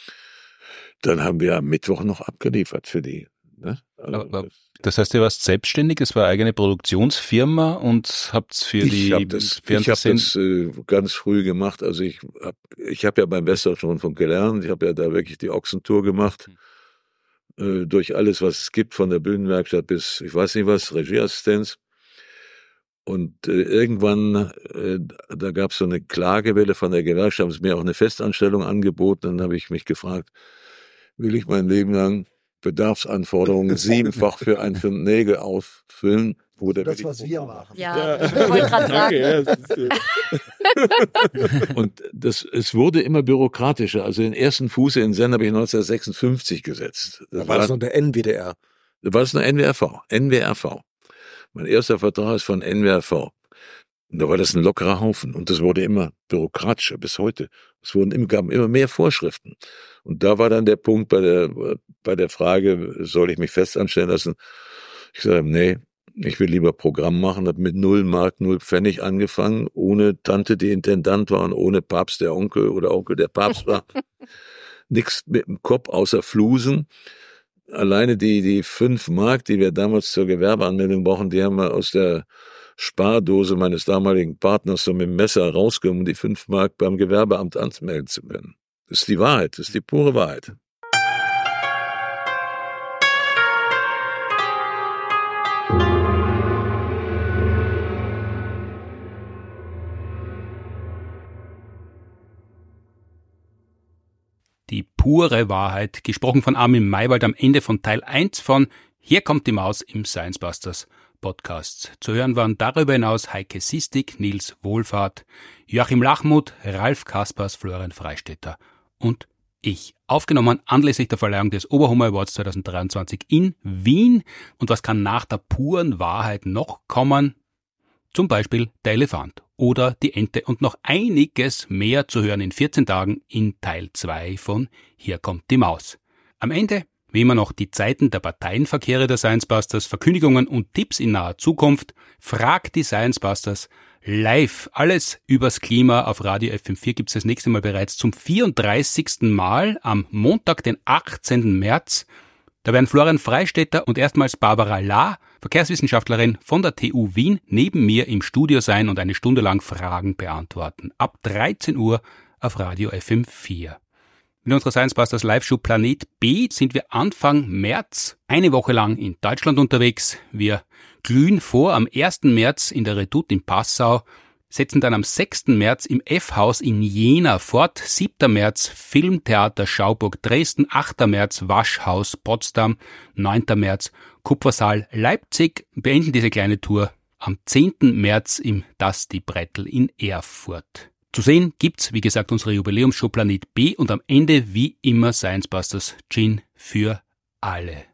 dann haben wir am Mittwoch noch abgeliefert für die. Ne? Also das heißt, ihr warst selbstständig, es war eine eigene Produktionsfirma und habt für ich habe das ganz früh gemacht. Also ich hab ja beim Westdeutschen Rundfunk gelernt. Ich habe ja da wirklich die Ochsentour gemacht. Durch alles, was es gibt, von der Bühnenwerkstatt bis, ich weiß nicht was, Regieassistenz. Und irgendwann, da gab es so eine Klagewelle von der Gewerkschaft, haben sie mir auch eine Festanstellung angeboten. Dann habe ich mich gefragt, will ich mein Leben lang Bedarfsanforderungen 7-fach für ein Pfund Nägel ausfüllen? Das, was wir machen. Ja, ich wollte gerade sagen. Und es wurde immer bürokratischer. Also den ersten Fuß in den Sender habe ich 1956 gesetzt. Da war das noch der NWDR. Da war es eine NWRV. Mein erster Vertrag ist von NWRV. Und da war das ein lockerer Haufen. Und das wurde immer bürokratischer bis heute. Gaben immer mehr Vorschriften. Und da war dann der Punkt bei der Frage, soll ich mich festanstellen lassen? Ich sage, nee, ich will lieber Programm machen. Habe mit 0 Mark, 0 Pfennig angefangen, ohne Tante, die Intendant war und ohne Papst, der Onkel oder Onkel, der Papst war. Nichts mit dem Kopf außer Flusen. Alleine die 5 Mark, die wir damals zur Gewerbeanmeldung brauchen, die haben wir aus der Spardose meines damaligen Partners so mit dem Messer rausgenommen, um die 5 Mark beim Gewerbeamt anmelden zu können. Das ist die Wahrheit, das ist die pure Wahrheit. Die pure Wahrheit, gesprochen von Armin Maywald am Ende von Teil 1 von Hier kommt die Maus im Science Busters Podcast. Zu hören waren darüber hinaus Heike Sistig, Nils Wohlfahrt, Joachim Lachmuth, Ralf Kaspers, Florian Freistetter und ich. Aufgenommen anlässlich der Verleihung des Oberhammer Awards 2023 in Wien. Und was kann nach der puren Wahrheit noch kommen? Zum Beispiel der Elefant oder die Ente und noch einiges mehr zu hören in 14 Tagen in Teil 2 von Hier kommt die Maus. Am Ende Wie immer noch die Zeiten der Parteienverkehre der Science Busters, Verkündigungen und Tipps in naher Zukunft. Fragt die Science Busters live. Alles übers Klima auf Radio FM4 gibt es das nächste Mal bereits zum 34. Mal am Montag, den 18. März. Da werden Florian Freistetter und erstmals Barbara Lahr, Verkehrswissenschaftlerin von der TU Wien, neben mir im Studio sein und eine Stunde lang Fragen beantworten. Ab 13 Uhr auf Radio FM4. Mit unserer Science Busters Live-Show Planet B sind wir Anfang März eine Woche lang in Deutschland unterwegs. Wir glühen vor am 1. März in der Redoute in Passau, setzen dann am 6. März im F-Haus in Jena fort, 7. März Filmtheater Schauburg Dresden, 8. März Waschhaus Potsdam, 9. März Kupfersaal Leipzig, beenden diese kleine Tour am 10. März im Dusty Brettel in Erfurt. Zu sehen gibt's, wie gesagt, unsere Jubiläumsshow Planet B und am Ende wie immer Science Busters Gin für alle.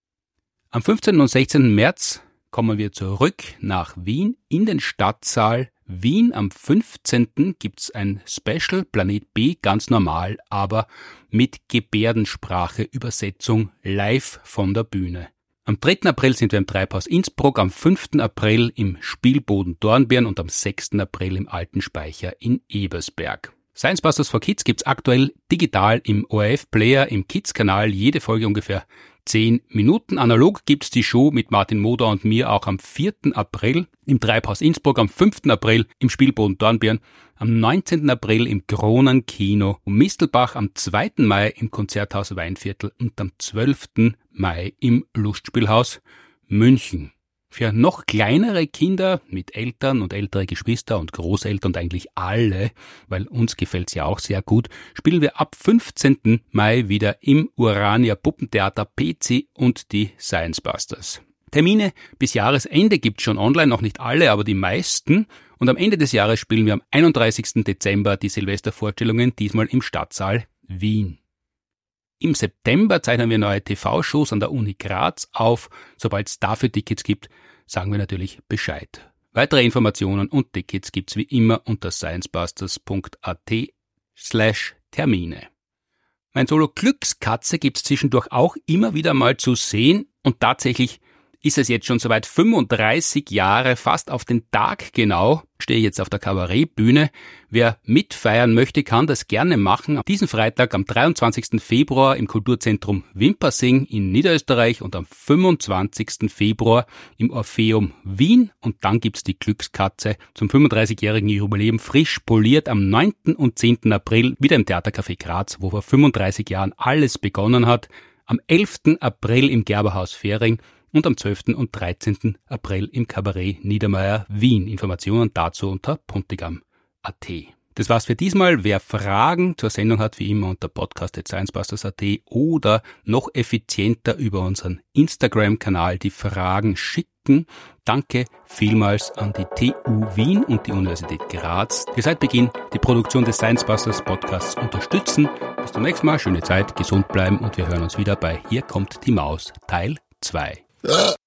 Am 15. und 16. März kommen wir zurück nach Wien in den Stadtsaal Wien. Am 15. gibt's ein Special Planet B, ganz normal, aber mit Gebärdensprache Übersetzung live von der Bühne. Am 3. April sind wir im Treibhaus Innsbruck, am 5. April im Spielboden Dornbirn und am 6. April im Alten Speicher in Ebersberg. Science Busters for Kids gibt's aktuell digital im ORF-Player, im Kids-Kanal, jede Folge ungefähr 10 Minuten. Analog gibt's die Show mit Martin Moder und mir auch am 4. April im Treibhaus Innsbruck, am 5. April im Spielboden Dornbirn, am 19. April im Kronen-Kino Mistelbach, am 2. Mai im Konzerthaus Weinviertel und am 12. Mai im Lustspielhaus München. Für noch kleinere Kinder mit Eltern und ältere Geschwister und Großeltern und eigentlich alle, weil uns gefällt's ja auch sehr gut, spielen wir ab 15. Mai wieder im Urania Puppentheater PC und die Science Busters. Termine bis Jahresende gibt's schon online, noch nicht alle, aber die meisten. Und am Ende des Jahres spielen wir am 31. Dezember die Silvestervorstellungen, diesmal im Stadtsaal Wien. Im September zeichnen wir neue TV-Shows an der Uni Graz auf. Sobald es dafür Tickets gibt, sagen wir natürlich Bescheid. Weitere Informationen und Tickets gibt's wie immer unter sciencebusters.at/Termine. Mein Solo Glückskatze gibt's zwischendurch auch immer wieder mal zu sehen und tatsächlich ist es jetzt schon soweit 35 Jahre, fast auf den Tag genau, stehe jetzt auf der Kabarettbühne. Wer mitfeiern möchte, kann das gerne machen. Diesen Freitag am 23. Februar im Kulturzentrum Wimpersing in Niederösterreich und am 25. Februar im Orpheum Wien. Und dann gibt's die Glückskatze zum 35-jährigen Jubiläum frisch poliert am 9. und 10. April wieder im Theatercafé Graz, wo vor 35 Jahren alles begonnen hat. Am 11. April im Gerberhaus Fähring und am 12. und 13. April im Kabarett Niedermeyer Wien. Informationen dazu unter puntigam.at. Das war's für diesmal. Wer Fragen zur Sendung hat, wie immer unter podcast@sciencebusters.at oder noch effizienter über unseren Instagram-Kanal die Fragen schicken. Danke vielmals an die TU Wien und die Universität Graz, die seit Beginn die Produktion des Science Busters Podcasts unterstützen. Bis zum nächsten Mal, schöne Zeit, gesund bleiben und wir hören uns wieder bei Hier kommt die Maus Teil 2.